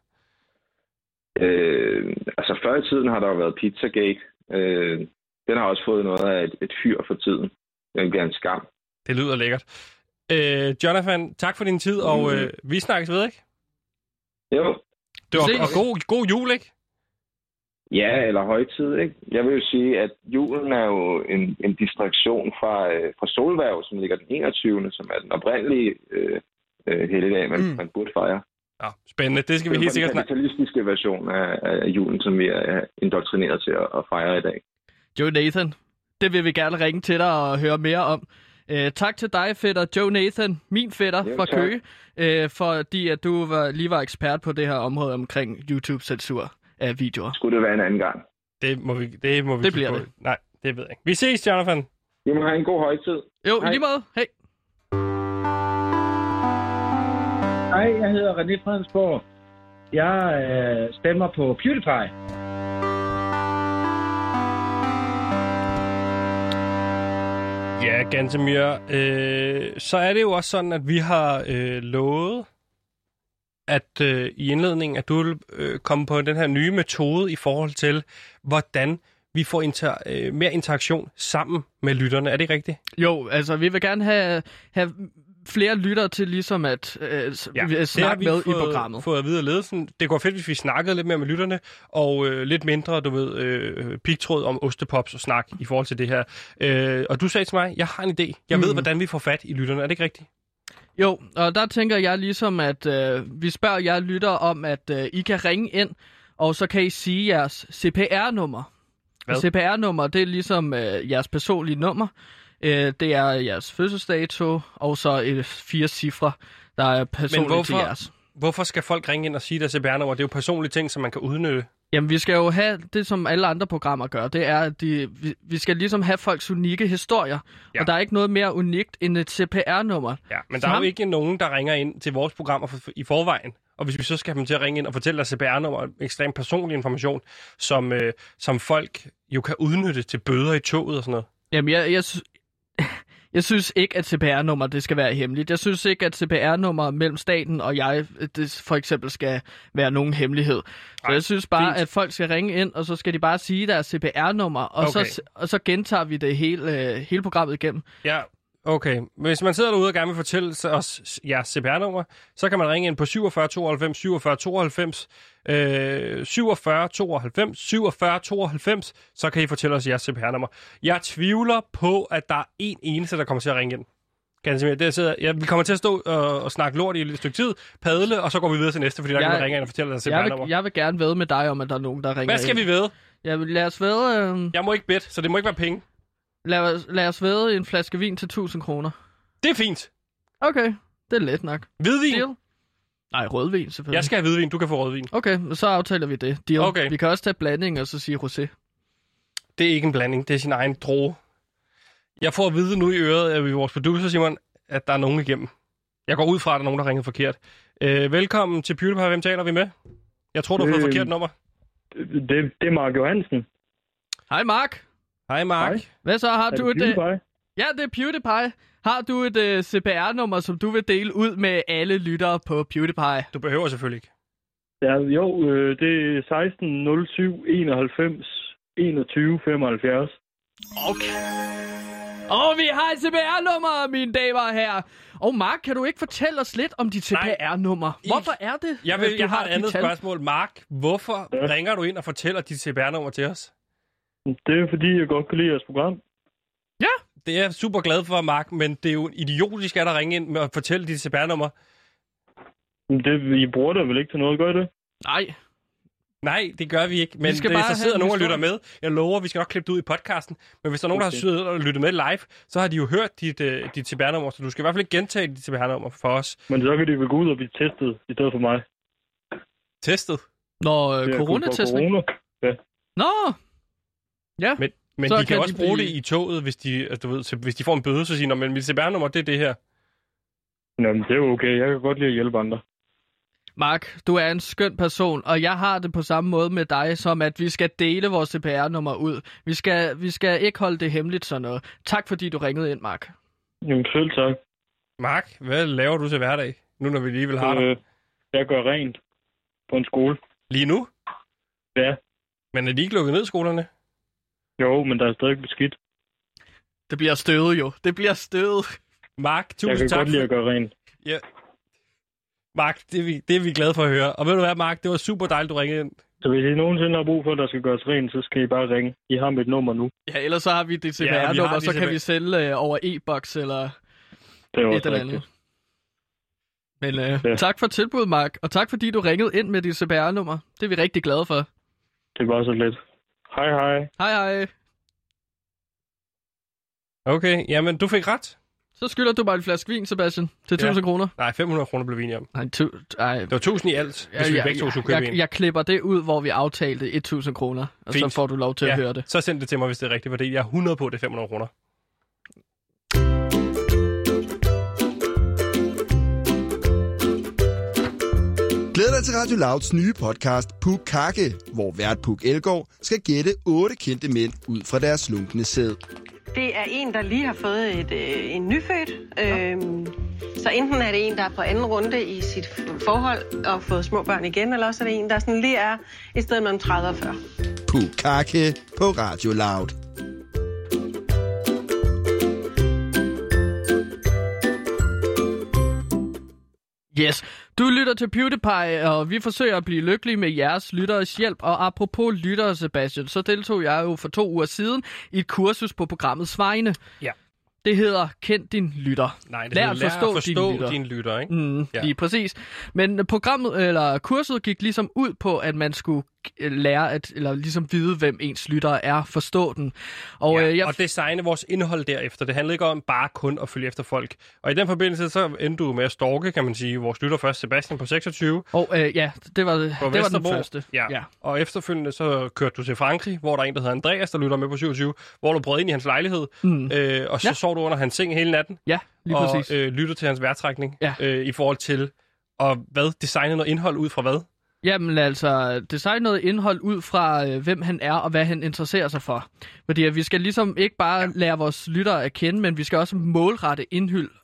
Altså før i tiden har der jo været Pizzagate. Den har også fået noget af et fyr for tiden. Den bliver en skam. Det lyder lækkert. Jonathan, tak for din tid, og vi snakkes ved, ikke? Jo. Det var god jul, ikke? Ja, eller højtid, ikke? Jeg vil jo sige, at julen er jo en distraktion fra solværv, som ligger den 21., som er den oprindelige helligdag, man burde fejre. Ja, spændende. Det skal vi helt sikkert snakke. Det er den kapitalistiske version af julen, som vi er indoktrineret til at fejre i dag. Joe Nathan, det vil vi gerne ringe til dig og høre mere om. Tak til dig, fætter Joe Nathan, min fætter fra Køge, fordi at du lige var ekspert på det her område omkring YouTube-censur af videoer. Skulle det være en anden gang? Det må vi det bliver det. Nej, det ved jeg ikke. Vi ses, Jonathan. I må have en god højtid. Jo, i lige måde. Hej. Hej, jeg hedder René Fredensborg. Jeg stemmer på PewDiePie. Ja, Gantemir. Så er det jo også sådan, at vi har lovet, at i indledningen, at du vil komme på den her nye metode i forhold til, hvordan vi får mere interaktion sammen med lytterne. Er det rigtigt? Jo, altså vi vil gerne have flere lyttere til ligesom at snakke med i programmet. Fået at vide af ledelsen. Det går fedt, hvis vi snakkede lidt mere med lytterne, og lidt mindre, du ved, pigtråd om ostepops og snak i forhold til det her. Og du sagde til mig, jeg har en idé. Jeg ved, hvordan vi får fat i lytterne. Er det ikke rigtigt? Jo, og der tænker jeg ligesom, at vi spørger jer lyttere om, at I kan ringe ind, og så kan I sige jeres CPR-nummer. Hvad? CPR-nummer, det er ligesom jeres personlige nummer. Det er jeres fødselsdato, og så 4 cifre, der er personligt til jeres. Hvorfor skal folk ringe ind og sige, der CPR-nummer? Det er jo personlige ting, som man kan udnytte. Jamen, vi skal jo have det, som alle andre programmer gør. Det er, at vi skal ligesom have folks unikke historier. Ja. Og der er ikke noget mere unikt end et CPR-nummer. Ja, men der er jo ikke nogen, der ringer ind til vores programmer i forvejen. Og hvis vi så skal have dem til at ringe ind og fortælle, at CPR-nummer er ekstremt personlig information, som folk jo kan udnytte til bøder i toget og sådan noget. Jamen, jeg synes ikke, at CPR-nummer det skal være hemmeligt. Jeg synes ikke, at CPR-nummer mellem staten og jeg det for eksempel skal være nogen hemmelighed. Så jeg synes bare, at folk skal ringe ind, og så skal de bare sige deres CPR-nummer, og, okay. så gentager vi det hele programmet igennem. Ja, okay. Hvis man sidder derude og gerne vil fortælle os jeres CPR-nummer, så kan man ringe ind på 47 92 47 92 47 92 47 92, så kan I fortælle os jeres CPR-nummer. Jeg tvivler på, at der er en eneste, der kommer til at ringe ind. Vi kommer til at stå og snakke lort i et stykke tid, padle, og så går vi videre til næste, fordi der er nogen, der ringer ind og fortæller deres CPR-nummer. Jeg vil gerne vædde med dig om, at der er nogen, der ringer ind. Hvad skal vi vædde? Lad os vædde... Jeg må ikke bette, så det må ikke være penge. Lad os vædde en flaske vin til 1000 kroner. Det er fint. Okay, det er let nok. Hvidvin? Deal? Nej, rødvin selvfølgelig. Jeg skal have hvidvin, du kan få rødvin. Okay, så aftaler vi det. Deal. Okay. Vi kan også tage blanding og så sige rosé. Det er ikke en blanding, det er sin egen droge. Jeg får at vide nu i øret af vores producer, Simon, at der er nogen igennem. Jeg går ud fra, at der er nogen, der ringer forkert. Velkommen til PewDiePie. Hvem taler vi med? Jeg tror, du har fået forkert nummer. Det er Mark Johansen. Hej, Mark. Hej, Mark. Hej. Hvad så? Har du et... Ja, det er PewDiePie. Har du et CPR-nummer, som du vil dele ud med alle lyttere på PewDiePie? Du behøver selvfølgelig ikke. Ja, det er 16 07 91 21 75. Okay. Vi har et CPR-nummer, mine damer og herrer. Mark, kan du ikke fortælle os lidt om dit CPR-nummer? Hvorfor er det? Jeg har et andet spørgsmål. Mark, hvorfor ringer du ind og fortæller dit CPR-nummer til os? Det er fordi, jeg godt kan lide jeres program. Ja, det er jeg super glad for, Mark, men det er jo idiotisk at ringe ind med at fortælle dit CPR-nummer. I bruger det vel ikke til noget, gør I det? Nej, det gør vi ikke, men hvis der sidder nogen og lytter med, jeg lover, vi skal nok klippe det ud i podcasten, men hvis der er nogen, der har siddet og lyttet med live, så har de jo hørt dit CPR-nummer, så du skal i hvert fald ikke gentage dit CPR-nummer for os. Men så kan de vel gå ud og blive testet i stedet for mig. Testet? Coronatestning? Corona. Ja. Nå! Ja. Men de kan også bruge det i toget, hvis de får en bøde, så siger de, men mit CPR-nummer, det er det her. Jamen, det er jo okay. Jeg kan godt lide at hjælpe andre. Mark, du er en skøn person, og jeg har det på samme måde med dig, som at vi skal dele vores CPR-nummer ud. Vi skal ikke holde det hemmeligt sådan noget. Tak fordi du ringede ind, Mark. Jamen, selv tak. Mark, hvad laver du til hverdag, nu når vi lige vil have dig? Jeg gør rent på en skole. Lige nu? Ja. Men er de ikke lukket ned, skolerne? Jo, men der er stadig beskidt. Det bliver støvet jo. Det bliver støvet. Mark, tusind tak. Jeg kan godt lide at gøre rent. Ja. Mark, det er vi glade for at høre. Og ved du hvad, Mark, det var super dejligt, du ringede ind. Så hvis I nogensinde har brug for, at der skal gøres rent, så skal I bare ringe. I har mit nummer nu. Ja, ellers så har vi det CPR-nummer, så kan vi sælge over e-boks eller et eller andet. Men tak for tilbuddet, Mark. Og tak fordi du ringede ind med dit CPR-nummer. Det er vi rigtig glade for. Det var så lidt. Hej, hej. Hej, hej. Okay, jamen du fik ret. Så skylder du bare en flaske vin, Sebastian, til 1000 kroner. Nej, 500 kroner blev vi enige om. Nej, det var 1000 i alt, hvis vi begge to skulle købe en. Jeg klipper det ud, hvor vi aftalte 1000 kroner, og fint. Så får du lov til at høre det. Så send det til mig, hvis det er rigtigt, fordi jeg er 100 på det 500 kroner. Glæd dig til Radio Louds nye podcast, Puk Kakke, hvor vært Puk Elgård skal gætte 8 kendte mænd ud fra deres slunkne sæd. Det er en, der lige har fået en nyfødt. Så enten er det en, der er på anden runde i sit forhold og fået små børn igen, eller også er det en, der sådan lige er et sted mellem 30 og 40. Puk Kakke på Radio Loud. Yes, du lytter til PewDiePie, og vi forsøger at blive lykkelige med jeres lytteres hjælp. Og apropos lyttere, Sebastian, så deltog jeg jo for 2 uger siden i et kursus på programmets vegne. Ja. Det hedder Kend din lytter. Nej, det hedder Lær at forstå din lytter, ikke? Ja. Lige præcis. Men programmet, eller kurset gik ligesom ud på, at man skulle lære eller ligesom vide, hvem ens lyttere er, forstå den. Og, og designe vores indhold derefter. Det handler ikke om bare kun at følge efter folk. Og i den forbindelse, så endte du med at stalke, kan man sige, vores lytter først, Sebastian på 26. Og det var den første. Ja. Og efterfølgende så kørte du til Frankrig, hvor der er en, der hedder Andreas, der lytter med på 27, hvor du brød ind i hans lejlighed, og så sov du under hans seng hele natten. Ja, lige præcis. Og lyttede til hans vejrtrækning i forhold til designe noget indhold ud fra hvad? Jamen altså, designe noget indhold ud fra, hvem han er og hvad han interesserer sig for. Fordi vi skal ligesom ikke bare lære vores lyttere at kende, men vi skal også målrette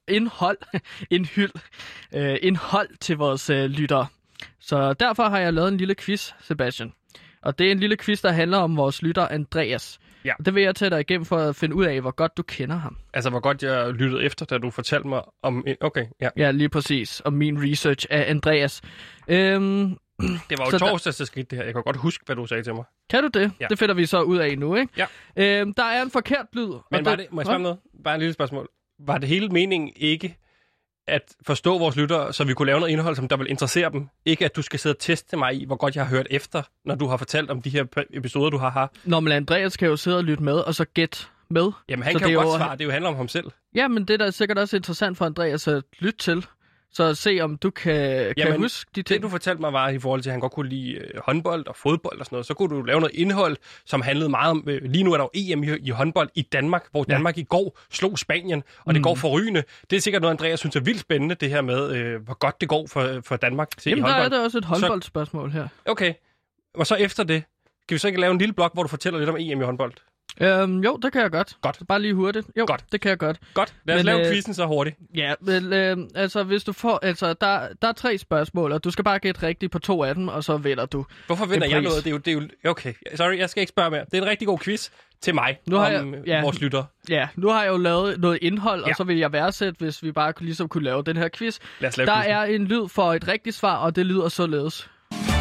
indhold til vores lyttere. Så derfor har jeg lavet en lille quiz, Sebastian. Og det er en lille quiz, der handler om vores lytter Andreas. Ja. Og det vil jeg tage dig igennem for at finde ud af, hvor godt du kender ham. Altså, hvor godt jeg lyttede efter, da du fortalte mig om... Okay, ja. Ja, lige præcis. Om min research af Andreas. Det var jo torsdags, der skete det her. Jeg kan godt huske, hvad du sagde til mig. Kan du det? Ja. Det finder vi så ud af nu, ikke? Ja. Der er en forkert lyd. Men må jeg spørge om noget? Bare en lille spørgsmål. Var det hele meningen ikke at forstå vores lyttere, så vi kunne lave noget indhold, som der vil interessere dem? Ikke at du skal sidde og teste mig i, hvor godt jeg har hørt efter, når du har fortalt om de her episoder, du har her. Nå, men Andreas kan jo sidde og lytte med, og så gætte med. Jamen, han så kan jo godt svare. Det jo handler om ham selv. Ja, men det er da sikkert også interessant for Andreas at lytte til. Så se, om du kan huske de ting. Det, du fortalte mig, var i forhold til, at han godt kunne lide håndbold og fodbold og sådan noget. Så kunne du lave noget indhold, som handlede meget om... lige nu er der jo EM i håndbold i Danmark, hvor Danmark i går slog Spanien, og det går forrygende. Det er sikkert noget, Andreas synes er vildt spændende, det her med, hvor godt det går for Danmark til Jamen, i håndbold. Jamen, der er det også et håndboldspørgsmål her. Okay. Og så efter det, kan vi så ikke lave en lille blog, hvor du fortæller lidt om EM i håndbold? Jo, det kan jeg godt. Bare lige hurtigt. Jo, godt. Det kan jeg godt. Godt. Lad os lave quizzen så hurtigt. Ja, men altså hvis du får... Altså, der er 3 spørgsmål, og du skal bare gætte rigtigt på 2 af dem, og så vinder du. Hvorfor vinder jeg noget? Det er jo... Okay, sorry, jeg skal ikke spørge mere. Det er en rigtig god quiz til mig vores lyttere. Ja, nu har jeg jo lavet noget indhold, og så vil jeg værdsætte, hvis vi bare ligesom kunne lave den her quiz. Lad os lave der quizzen. Er en lyd for et rigtigt svar, og det lyder således.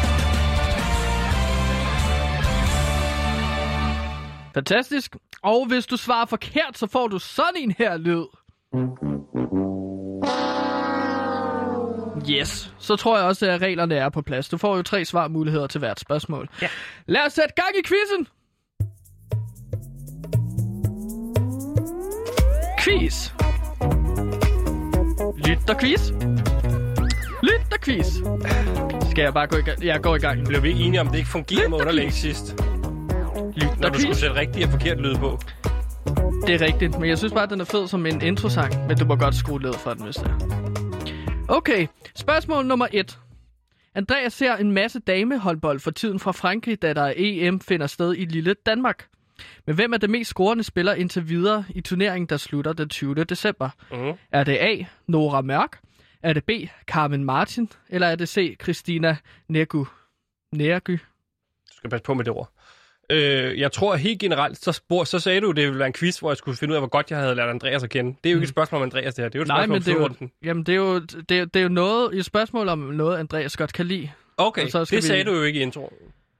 Fantastisk. Og hvis du svarer forkert, så får du sådan en her lyd. Yes. Så tror jeg også, at reglerne er på plads. Du får jo 3 svarmuligheder til hvert spørgsmål. Ja. Lad os sætte gang i quizzen. Quiz. Lytterquiz. Lytterquiz. Skal jeg bare gå i gang? Jeg går i gang. Blev vi ikke enige om, det ikke fungerer med underlæg sidst? Når du skulle sætte rigtig og forkert lyd på. Det er rigtigt, men jeg synes bare, at den er fed som en introsang. Men du må godt skrue ned for den, hvis det er. Okay, spørgsmål nummer 1. Andreas ser en masse damehåndbold for tiden fra Frankrig, da der EM finder sted i lille Danmark. Men hvem er det mest scorende spiller indtil videre i turneringen, der slutter den 20. december? Er det A. Nora Mørk? Er det B. Carmen Martin? Eller er det C. Christina Nergy? Du skal passe på med det ord. Jeg tror helt generelt, så sagde du, det ville være en quiz, hvor jeg skulle finde ud af, hvor godt jeg havde lært Andreas at kende. Det er jo ikke et spørgsmål om Andreas, det her. Det er jo et spørgsmål om flodrunden. Jamen, det er jo noget, et spørgsmål om noget, Andreas godt kan lide. Okay, det sagde du jo ikke i introen.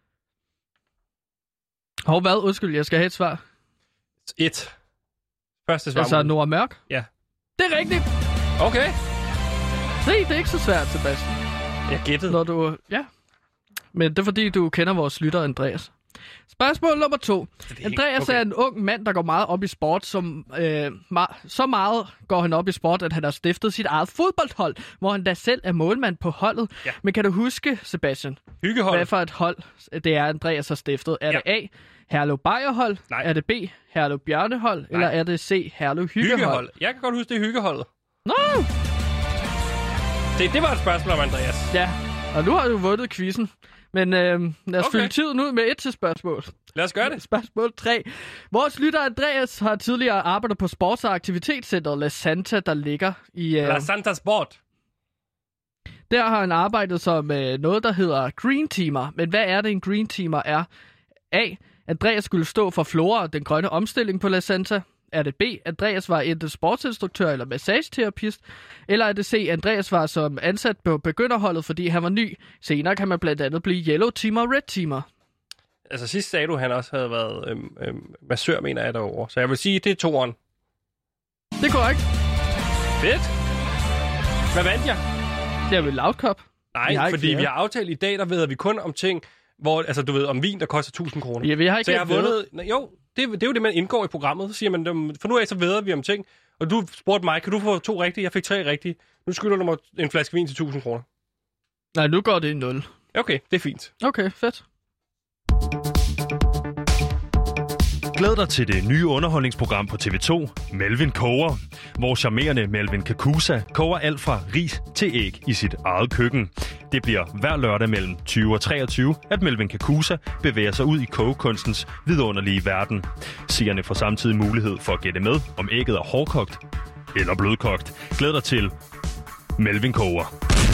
Hvad? Undskyld, jeg skal have et svar. 1. Første svar. Altså Nora Mørk? Ja. Det er rigtigt! Okay. Se, det er ikke så svært, Sebastian. Jeg gættede. Ja. Men det er fordi, du kender vores lytter, Andreas. Spørgsmål nummer 2. Andreas er en ung mand, der går meget op i sport. Så meget går han op i sport, at han har stiftet sit eget fodboldhold, hvor han da selv er målmand på holdet. Ja. Men kan du huske, Sebastian, Hyggehold. Hvad for et hold det er, Andreas har stiftet? Er det A. Herlev Bejerhold? Nej. Er det B. Herlev Bjørnehold? Eller er det C. Herlev Hyggehold? Jeg kan godt huske, det er Hyggeholdet. Nå! Det var et spørgsmål om Andreas. Ja, og nu har du vundet quizzen. Men lad os fylde tiden ud med et til spørgsmål. Lad os gøre det. Spørgsmål 3. Vores lytter Andreas har tidligere arbejdet på sports- og aktivitetscenteret La Santa, der ligger i... La Santa Sport. Der har han arbejdet som noget, der hedder Green Teamer. Men hvad er det, en Green Teamer er? A. Andreas skulle stå for Flora og den grønne omstilling på La Santa. Er det B. Andreas var enten sportsinstruktør eller massageterapeut? Eller er det C. Andreas var som ansat på begynderholdet, fordi han var ny? Senere kan man blandt andet blive Yellow Teamer og Red Teamer. Altså sidst sagde du, at han også havde været massør, mener jeg derovre. Så jeg vil sige, det er 2'eren. Det er korrekt. Fedt. Hvad vandt jeg? Det er vel Loud Cup. Nej, fordi vi har aftalt i dag, der ved vi kun om ting, hvor, altså du ved, om vin, der koster 1.000 kroner. Ja, vi har ikke så jeg har vundet... Jo, det er jo det, man indgår i programmet. Så siger man, for nu af så vædder vi om ting. Og du spurgte mig, kan du få 2 rigtige? Jeg fik 3 rigtige. Nu skylder du mig en flaske vin til 1.000 kroner. Nej, nu går det i 0. Okay, det er fint. Okay, fedt. Glæd dig til det nye underholdningsprogram på TV2, Melvin Koger, hvor charmerende Melvin Kakusa koger alt fra ris til æg i sit eget køkken. Det bliver hver lørdag mellem 20 og 23, at Melvin Kakusa bevæger sig ud i kogekunstens vidunderlige verden. Seerne får samtidig mulighed for at gætte med, om ægget er hårdkogt eller blødkogt. Glæd dig til Melvin Koger.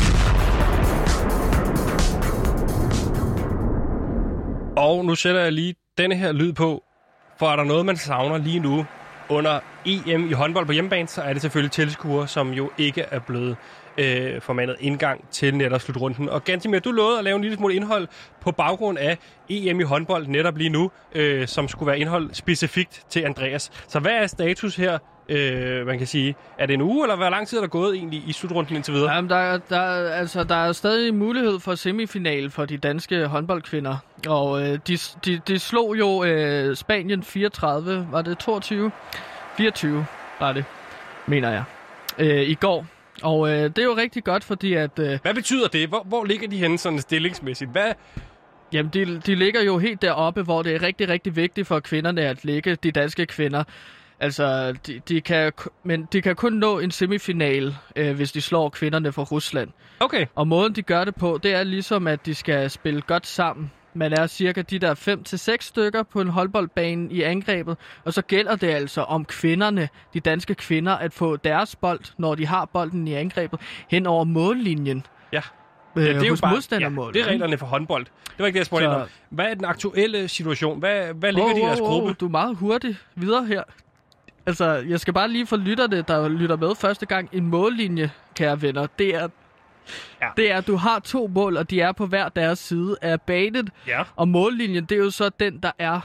Og nu sætter jeg lige denne her lyd på, for er der noget, man savner lige nu under EM i håndbold på hjemmebane, så er det selvfølgelig tilskuere, som jo ikke er blevet formandet indgang til netop slutrunden. Og Gantimir, du lovede at lave en lille smule indhold på baggrund af EM i håndbold netop lige nu, som skulle være indhold specifikt til Andreas. Så hvad er status her, man kan sige? Er det en uge, eller hvor lang tid er der gået egentlig i slutrunden indtil videre? Jamen, der er stadig mulighed for semifinal for de danske håndboldkvinder. Og de slog jo Spanien 34, var det 22? 24 var det, mener jeg, i går. Og det er jo rigtig godt, fordi at... Hvad betyder det? Hvor ligger de henne sådan stillingsmæssigt? Jamen, de ligger jo helt deroppe, hvor det er rigtig, rigtig vigtigt for kvinderne at ligge, de danske kvinder. Altså, de kan kun nå en semifinal, hvis de slår kvinderne fra Rusland. Okay. Og måden, de gør det på, det er ligesom, at de skal spille godt sammen. Man er cirka de der 5-6 stykker på en håndboldbane i angrebet, og så gælder det altså om kvinderne, de danske kvinder, at få deres bold, når de har bolden i angrebet, hen over mållinjen. Ja. Det er jo bare modstandermål. Ja, det er reglerne for håndbold. Det var ikke det, jeg spurgte om. Hvad er den aktuelle situation? Hvad ligger de i deres gruppe? Du er meget hurtigt videre her. Altså, jeg skal bare lige for lytterne, der lytter med første gang, en mållinje, kære venner. Det er, at du har 2 mål, og de er på hver deres side af banen. Ja. Og mållinjen, det er jo så den, der er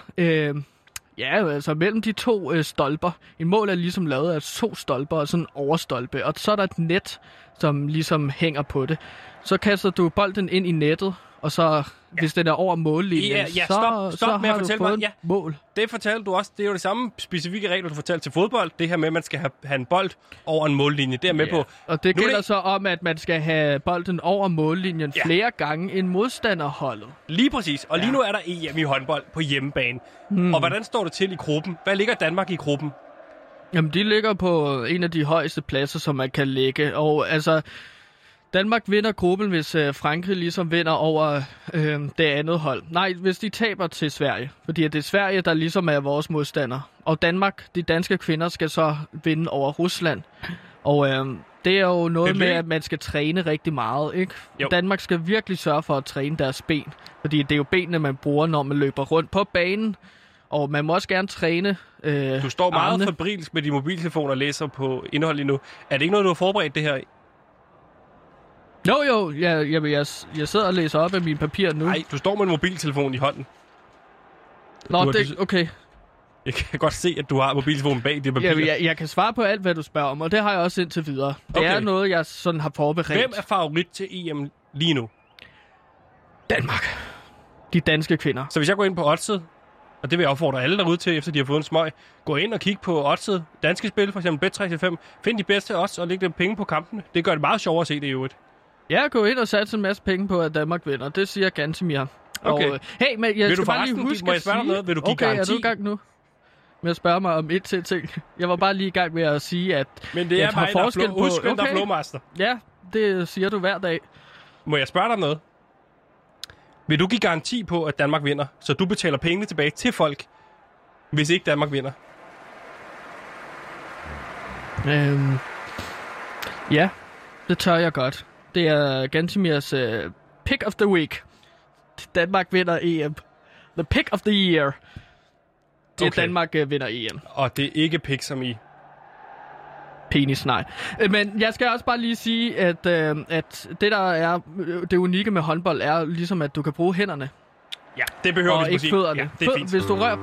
altså mellem de 2 stolper. En mål er ligesom lavet af 2 stolper og sådan en overstolpe. Og så er der et net, som ligesom hænger på det. Så kaster du bolden ind i nettet, og så hvis den er over mållinjen, så med har at du fået en mål. Det fortalte du også. Det er jo det samme specifikke regler, du fortalte til fodbold. Det her med, at man skal have en bold over en mållinje. Det er med på. Og det gælder så om, at man skal have bolden over mållinjen flere gange end modstanderholdet. Lige præcis. Og lige nu er der EM i håndbold på hjemmebane. Og hvordan står det til i gruppen? Hvad ligger Danmark i gruppen? Jamen, de ligger på en af de højeste pladser, som man kan ligge. Og altså... Danmark vinder gruppen, hvis Frankrig ligesom vinder over det andet hold. Nej, hvis de taber til Sverige. Fordi det er Sverige, der ligesom er vores modstander. Og Danmark, de danske kvinder, skal så vinde over Rusland. Og det er jo noget med, at man skal træne rigtig meget, ikke? Danmark skal virkelig sørge for at træne deres ben. Fordi det er jo benene, man bruger, når man løber rundt på banen. Og man må også gerne træne Du står meget febrilsk med de mobiltelefoner og læser på indhold lige nu. Er det ikke noget, du har forberedt det her i? Jo, jeg sidder og læser op af mine papirer nu. Nej, du står med en mobiltelefon i hånden. Nå, okay. Jeg kan godt se, at du har mobiltelefonen bag de papirer. Ja, jeg kan svare på alt, hvad du spørger om, og det har jeg også indtil videre. Det er noget, jeg sådan har forberedt. Hvem er favorit til EM lige nu? Danmark. De danske kvinder. Så hvis jeg går ind på Oddset, og det vil jeg opfordre alle derude til, efter de har fået en smøg, gå ind og kig på Oddset, danske spil, for eksempel Bet365. Find de bedste odds og læg dem penge på kampene. Det gør det meget sjovere at se det i øvrigt. Ja, gå ind og satse en masse penge på, at Danmark vinder. Det siger Gantimir. Okay. Og, hey, men jeg skal bare lige huske at sige... Noget? Vil du give garanti? Er du i gang nu? Med at spørge mig om et til ting. Jeg var bare lige i gang med at sige, at... Men det er mig, der er flowmaster. Ja, det siger du hver dag. Må jeg spørge dig om noget? Vil du give garanti på, at Danmark vinder, så du betaler pengene tilbage til folk, hvis ikke Danmark vinder? Ja, det tør jeg godt. Det er Gantimirs pick of the week. Danmark vinder EM. The pick of the year. Det er Danmark vinder EM. Og det er ikke pick som i... Penis, nej. Men jeg skal også bare lige sige, at det, der er det unikke med håndbold, er ligesom, at du kan bruge hænderne. Ja, det behøver vi ikke fødderne. Ja, det er fint. Hvis du rører...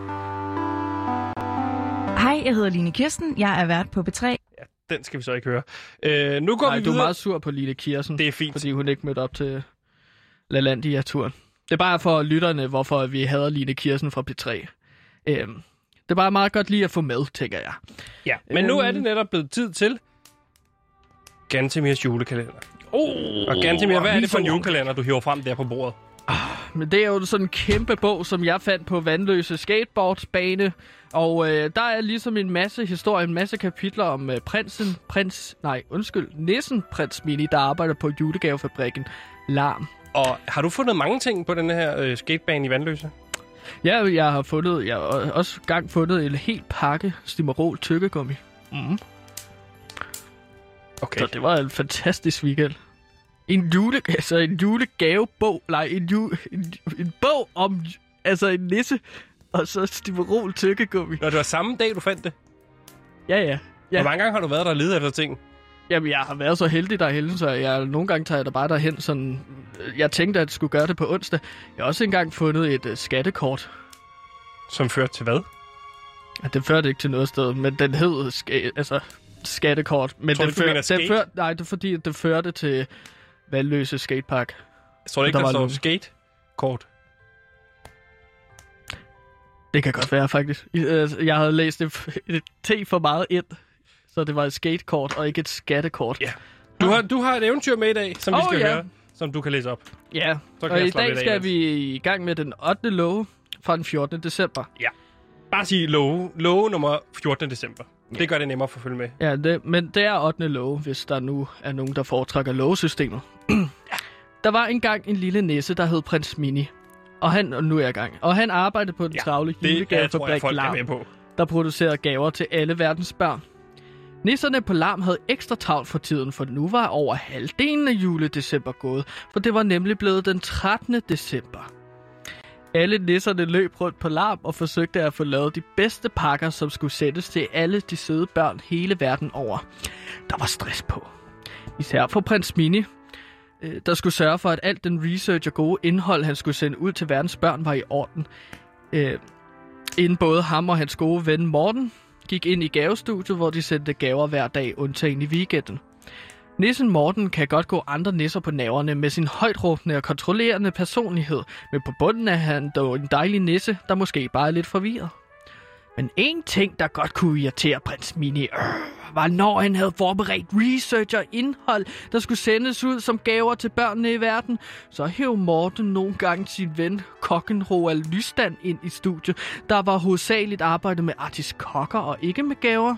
Hej, jeg hedder Line Kirsten. Jeg er vært på B3. Ja, den skal vi så ikke høre. Nu går vi videre. Du er meget sur på Line Kirsten. Det er fint. Fordi hun ikke mødte op til LaLandia-turen. Det er bare for lytterne, hvorfor vi hader Line Kirsten fra P3. Det er bare meget godt lige at få med, tænker jeg. Ja, men nu er det netop blevet tid til Gantemirs julekalender. Og Gantemir, hvad er det for en julekalender, du hiver frem der på bordet? Men det er jo sådan en kæmpe bog, som jeg fandt på Vandløse Skateboardsbane. Og der er ligesom en masse historie, en masse kapitler om nissen Prins Mini, der arbejder på julegavefabrikken Larm. Og har du fundet mange ting på den her skatebane i Vandløse? Ja, jeg har også fundet en hel pakke Stimorol tykkegummi. Okay. Så det var en fantastisk weekend. En julegavebog, en bog om en nisse, og så Stimorol tykkegummi. Når det var samme dag, du fandt det? Ja. Hvor mange gange har du været der og ledet efter ting? Jamen, jeg har været så heldig derhen, så nogle gange tager jeg der bare derhen, sådan... Jeg tænkte, at jeg skulle gøre det på onsdag. Jeg har også engang fundet et skattekort. Som førte til hvad? Ja, det førte ikke til noget sted, men den hed skattekort. Men tror du, du mener skate? Nej, det er fordi, det førte til Vandløse Skatepark. Jeg tror ikke, der står skatekort. Det kan godt være, faktisk. Jeg havde læst et T for meget ind, så det var et skatekort og ikke et skattekort. Ja. Du har et eventyr med i dag, som vi skal høre, som du kan læse op. Ja, og i dag skal vi i gang med den 8. love fra den 14. december. Ja. Bare sige love nummer 14. december. Ja. Det gør det nemmere at få følge med. Ja, men det er 8. love, hvis der nu er nogen, der foretrækker lovesystemet. Der var engang en lille nisse, der hed Prins Mini. Og nu er jeg i gang. Og han arbejdede på den travle julegavefabrik Larm, der producerede gaver til alle verdens børn. Nisserne på Larm havde ekstra travlt for tiden, for nu var over halvdelen af juledecember gået, for det var nemlig blevet den 13. december. Alle nisserne løb rundt på Larm og forsøgte at få lavet de bedste pakker, som skulle sættes til alle de søde børn hele verden over. Der var stress på. Især for Prins Mini, der skulle sørge for, at alt den research og gode indhold, han skulle sende ud til verdens børn, var i orden. Inden både ham og hans gode ven Morten gik ind i gavestudiet, hvor de sendte gaver hver dag, undtagen i weekenden. Nissen Morten kan godt gå andre nisser på nerverne med sin højtråbende og kontrollerende personlighed, men på bunden er han dog en dejlig nisse, der måske bare er lidt forvirret. Men en ting, der godt kunne irritere Prins Mini, var når han havde forberedt research og indhold, der skulle sendes ud som gaver til børnene i verden, så hæv Morten nogle gange sin ven, kokken Roald Lysstand, ind i studiet, der var hovedsageligt arbejdet med artiskokker og ikke med gaver.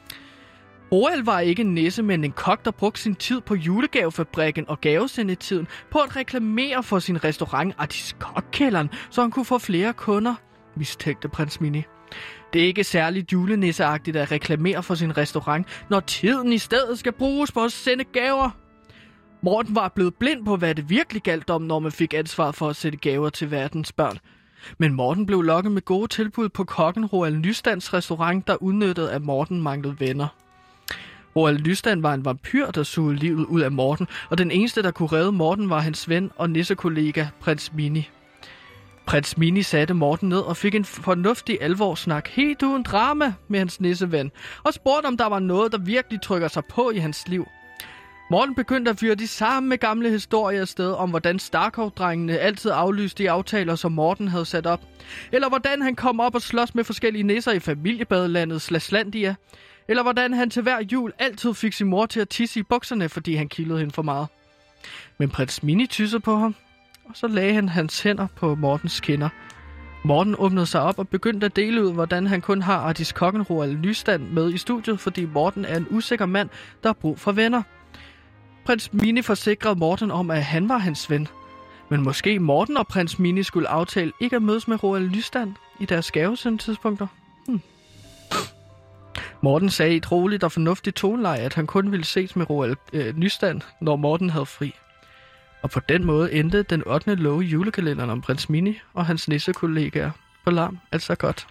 Roald var ikke en nisse, men en kok, der brugte sin tid på julegavefabrikken og gavesendetiden på at reklamere for sin restaurant Artiskokkælderen, så han kunne få flere kunder, mistænkte Prins Mini. Det er ikke særligt julenisseagtigt at reklamere for sin restaurant, når tiden i stedet skal bruges på at sende gaver. Morten var blevet blind på, hvad det virkelig galt om, når man fik ansvar for at sætte gaver til verdens børn. Men Morten blev lokket med gode tilbud på kokken Roald Lystands restaurant, der udnyttede, at Morten manglede venner. Roald Lysstand var en vampyr, der sugede livet ud af Morten, og den eneste, der kunne redde Morten, var hans ven og nissekollega Prins Mini. Prins Mini satte Morten ned og fik en fornuftig alvorssnak helt uden drama med hans nisseven, og spurgte, om der var noget, der virkelig trykker sig på i hans liv. Morten begyndte at fyre de samme gamle historier afsted om, hvordan Starkov-drengene altid aflyste de aftaler, som Morten havde sat op. Eller hvordan han kom op og slås med forskellige nisser i familiebadelandet Slaslandia. Eller hvordan han til hver jul altid fik sin mor til at tisse i bukserne, fordi han kildede hende for meget. Men Prins Mini tyssede på ham, og så lagde han hans hænder på Mortens kinder. Morten åbnede sig op og begyndte at dele ud, hvordan han kun har artiskokken Roald Lystand med i studiet, fordi Morten er en usikker mand, der har brug for venner. Prins Mini forsikrede Morten om, at han var hans ven. Men måske Morten og Prins Mini skulle aftale ikke at mødes med Roald Lystand i deres gavesendtidspunkter. Morten sagde i et roligt og fornuftigt toneleje, at han kun ville ses med Roald Lystand, når Morten havde fri. Og på den måde endte den 8. love i julekalenderen om Prins Mini og hans nissekollegaer på Larm altså godt.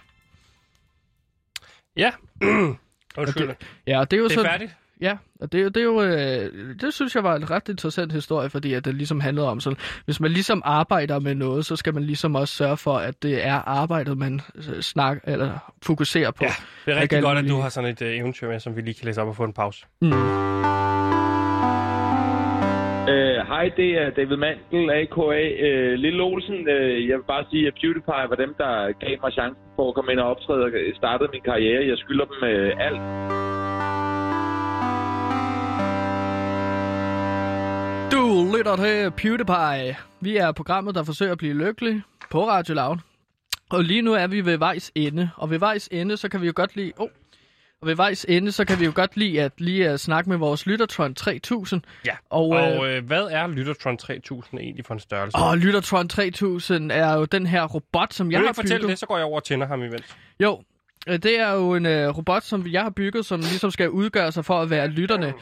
Ja. Undskyld. Det er jo det er færdigt. Ja, og det er jo, det synes jeg var en ret interessant historie, fordi at det ligesom handlede om sådan, hvis man ligesom arbejder med noget, så skal man ligesom også sørge for, at det er arbejdet, man snakker eller fokuserer på. Ja, det er rigtig godt, at du har sådan et eventyr med, som vi lige kan læse op og få en pause. Hej, det er David Mandel, a.k.a. Lille Olsen. Jeg vil bare sige, at PewDiePie var dem, der gav mig chancen for at komme ind og optræde og startede min karriere. Jeg skylder dem alt. Du lytter til PewDiePie. Vi er programmet, der forsøger at blive lykkelig på Radio Loud. Og lige nu er vi ved vejs ende. Og ved vejs ende, så kan vi jo godt lide... at snakke med vores Lyttertron 3000. Ja, og hvad er Lyttertron 3000 egentlig for en størrelse? Lyttertron 3000 er jo den her robot, som jeg har bygget. Fortælle det, så går jeg over og tænder ham imens. Jo, det er jo en robot, som jeg har bygget, som ligesom skal udgøre sig for at være lytterne.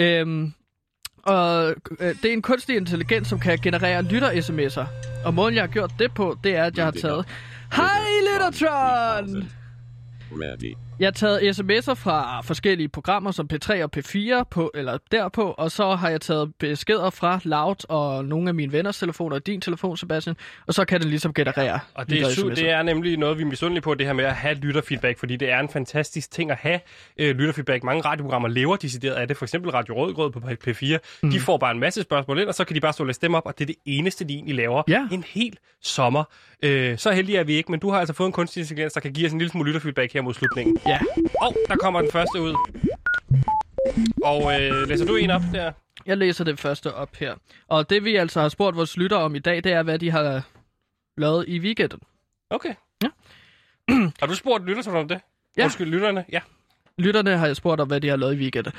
Og det er en kunstig intelligens, som kan generere lytter-sms'er. Og måden, jeg har gjort det på, det er, at jeg har taget... Hej, Lyttertron! Jeg har taget sms'er fra forskellige programmer som P3 og P4 derpå, og så har jeg taget beskeder fra Loud og nogle af mine venners telefoner og din telefon, Sebastian, og så kan den ligesom generere. Og det er nemlig noget, vi er misundelige på, det her med at have lytterfeedback, fordi det er en fantastisk ting at have lytterfeedback. Mange radioprogrammer lever decideret af det, for eksempel Radio Rødgrød på P4. De får bare en masse spørgsmål ind, og så kan de bare stå og læse dem op, og det er det eneste, de egentlig laver en hel sommer. Så heldige er vi ikke, men du har altså fået en kunstig intelligens, der kan give os en lille smule lytterfeedback her mod slutningen. Ja. Der kommer den første ud. Og læser du en op der? Jeg læser det første op her. Og det vi altså har spurgt vores lyttere om i dag, det er, hvad de har lavet i weekenden. Okay. Ja. Har du spurgt lytterne om det? Ja. Undskyld, lytterne? Ja. Lytterne har jeg spurgt om, hvad de har lavet i weekenden.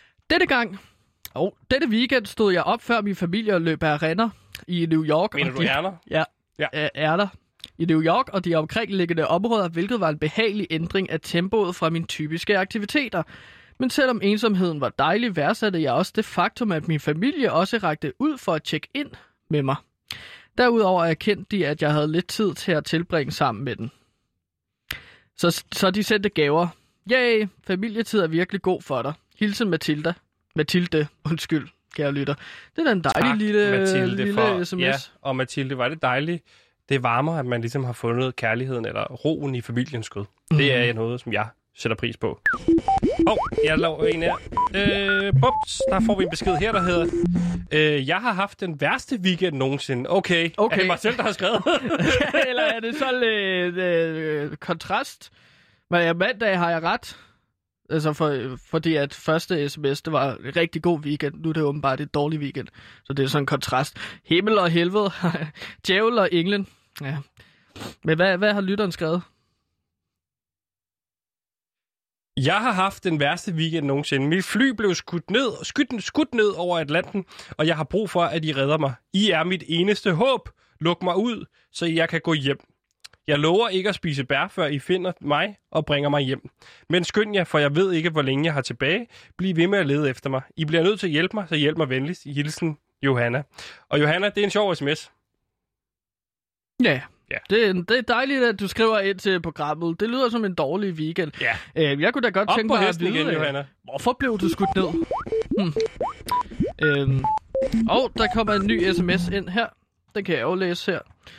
Dette weekend stod jeg op før min familie og løb af renner i New York. Mener du ærner? Ja. Ærner. I New York og de omkringliggende områder, hvilket var en behagelig ændring af tempoet fra mine typiske aktiviteter. Men selvom ensomheden var dejlig, værdsatte jeg også det faktum, at min familie også rakte ud for at tjekke ind med mig. Derudover erkendte de, at jeg havde lidt tid til at tilbringe sammen med den. Så de sendte gaver. Yay, familietid er virkelig god for dig. Hilsen Mathilde, kære lytter. Det er en dejlig lille sms. Ja, og Mathilde, var det dejligt. Det varmer, at man ligesom har fundet kærligheden eller roen i familiens skød. Det er noget, som jeg sætter pris på. Jeg laver en her. Der får vi en besked her, der hedder... jeg har haft den værste weekend nogensinde. Okay. Er det mig selv, der har skrevet? Eller er det så lidt kontrast? Men mandag har jeg ret. Altså fordi at første sms, det var en rigtig god weekend. Nu er det åbenbart et dårligt weekend. Så det er sådan en kontrast. Himmel og helvede. Djævel og englen. Ja. Men hvad har lytteren skrevet? Jeg har haft den værste weekend nogensinde. Mit fly blev skudt ned over Atlanten, og jeg har brug for, at I redder mig. I er mit eneste håb. Luk mig ud, så jeg kan gå hjem. Jeg lover ikke at spise bær, før I finder mig og bringer mig hjem. Men skynd jer, for jeg ved ikke, hvor længe jeg har tilbage. Bliv ved med at lede efter mig. I bliver nødt til at hjælpe mig, så hjælp mig venligst. Hilsen, Johanna. Og Johanna, det er en sjov sms. Ja. Det er dejligt, at du skriver ind til programmet. Det lyder som en dårlig weekend. Ja. Jeg kunne da godt tænke mig at vide, igen, Johanna. Hvorfor blev du skudt ned? Der kommer en ny sms ind her. Den kan jeg jo læse her.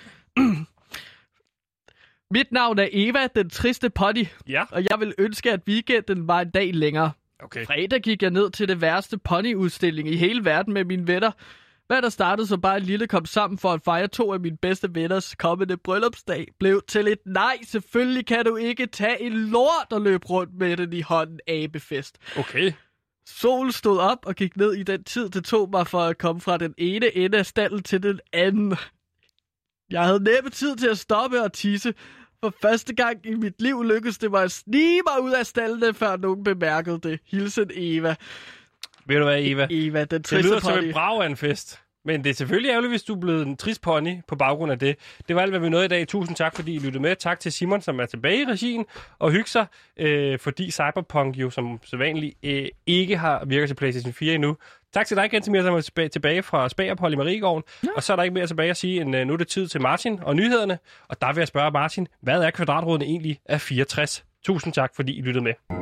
Mit navn er Eva, den triste potty. Ja. Og jeg vil ønske, at weekenden var en dag længere. Okay. Fredag gik jeg ned til det værste ponyudstilling i hele verden med mine venner. Hvad der startede så bare en lille kom sammen for at fejre 2 af mine bedste venners kommende bryllupsdag, blev til et nej. Selvfølgelig kan du ikke tage en lort og løbe rundt med den i hånden, abefest. Okay. Solen stod op og gik ned i den tid, det tog mig for at komme fra den ene ende af stallen til den anden. Jeg havde næppe tid til at stoppe og tisse. For første gang i mit liv lykkedes det mig at snige mig ud af stallene, før nogen bemærkede det. Hilsen Eva. Ved du hvad, Eva? Eva, den triste det lyder pony. som en brav af en fest. Men det er selvfølgelig ærgerligt, hvis du er blevet en trist pony på baggrund af det. Det var alt, hvad vi nåede i dag. Tusind tak, fordi I lyttede med. Tak til Simon, som er tilbage i regien og hygge sig, fordi Cyberpunk jo som sædvanligt ikke har virket til PlayStation 4 endnu. Tak til dig, Gantemir, som er tilbage fra Spagerophold i Mariegården. Ja. Og så er der ikke mere tilbage at sige, end nu er det tid til Martin og nyhederne. Og der vil jeg spørge Martin, hvad er kvadratroden egentlig af 64? Tusind tak, fordi I lyttede med.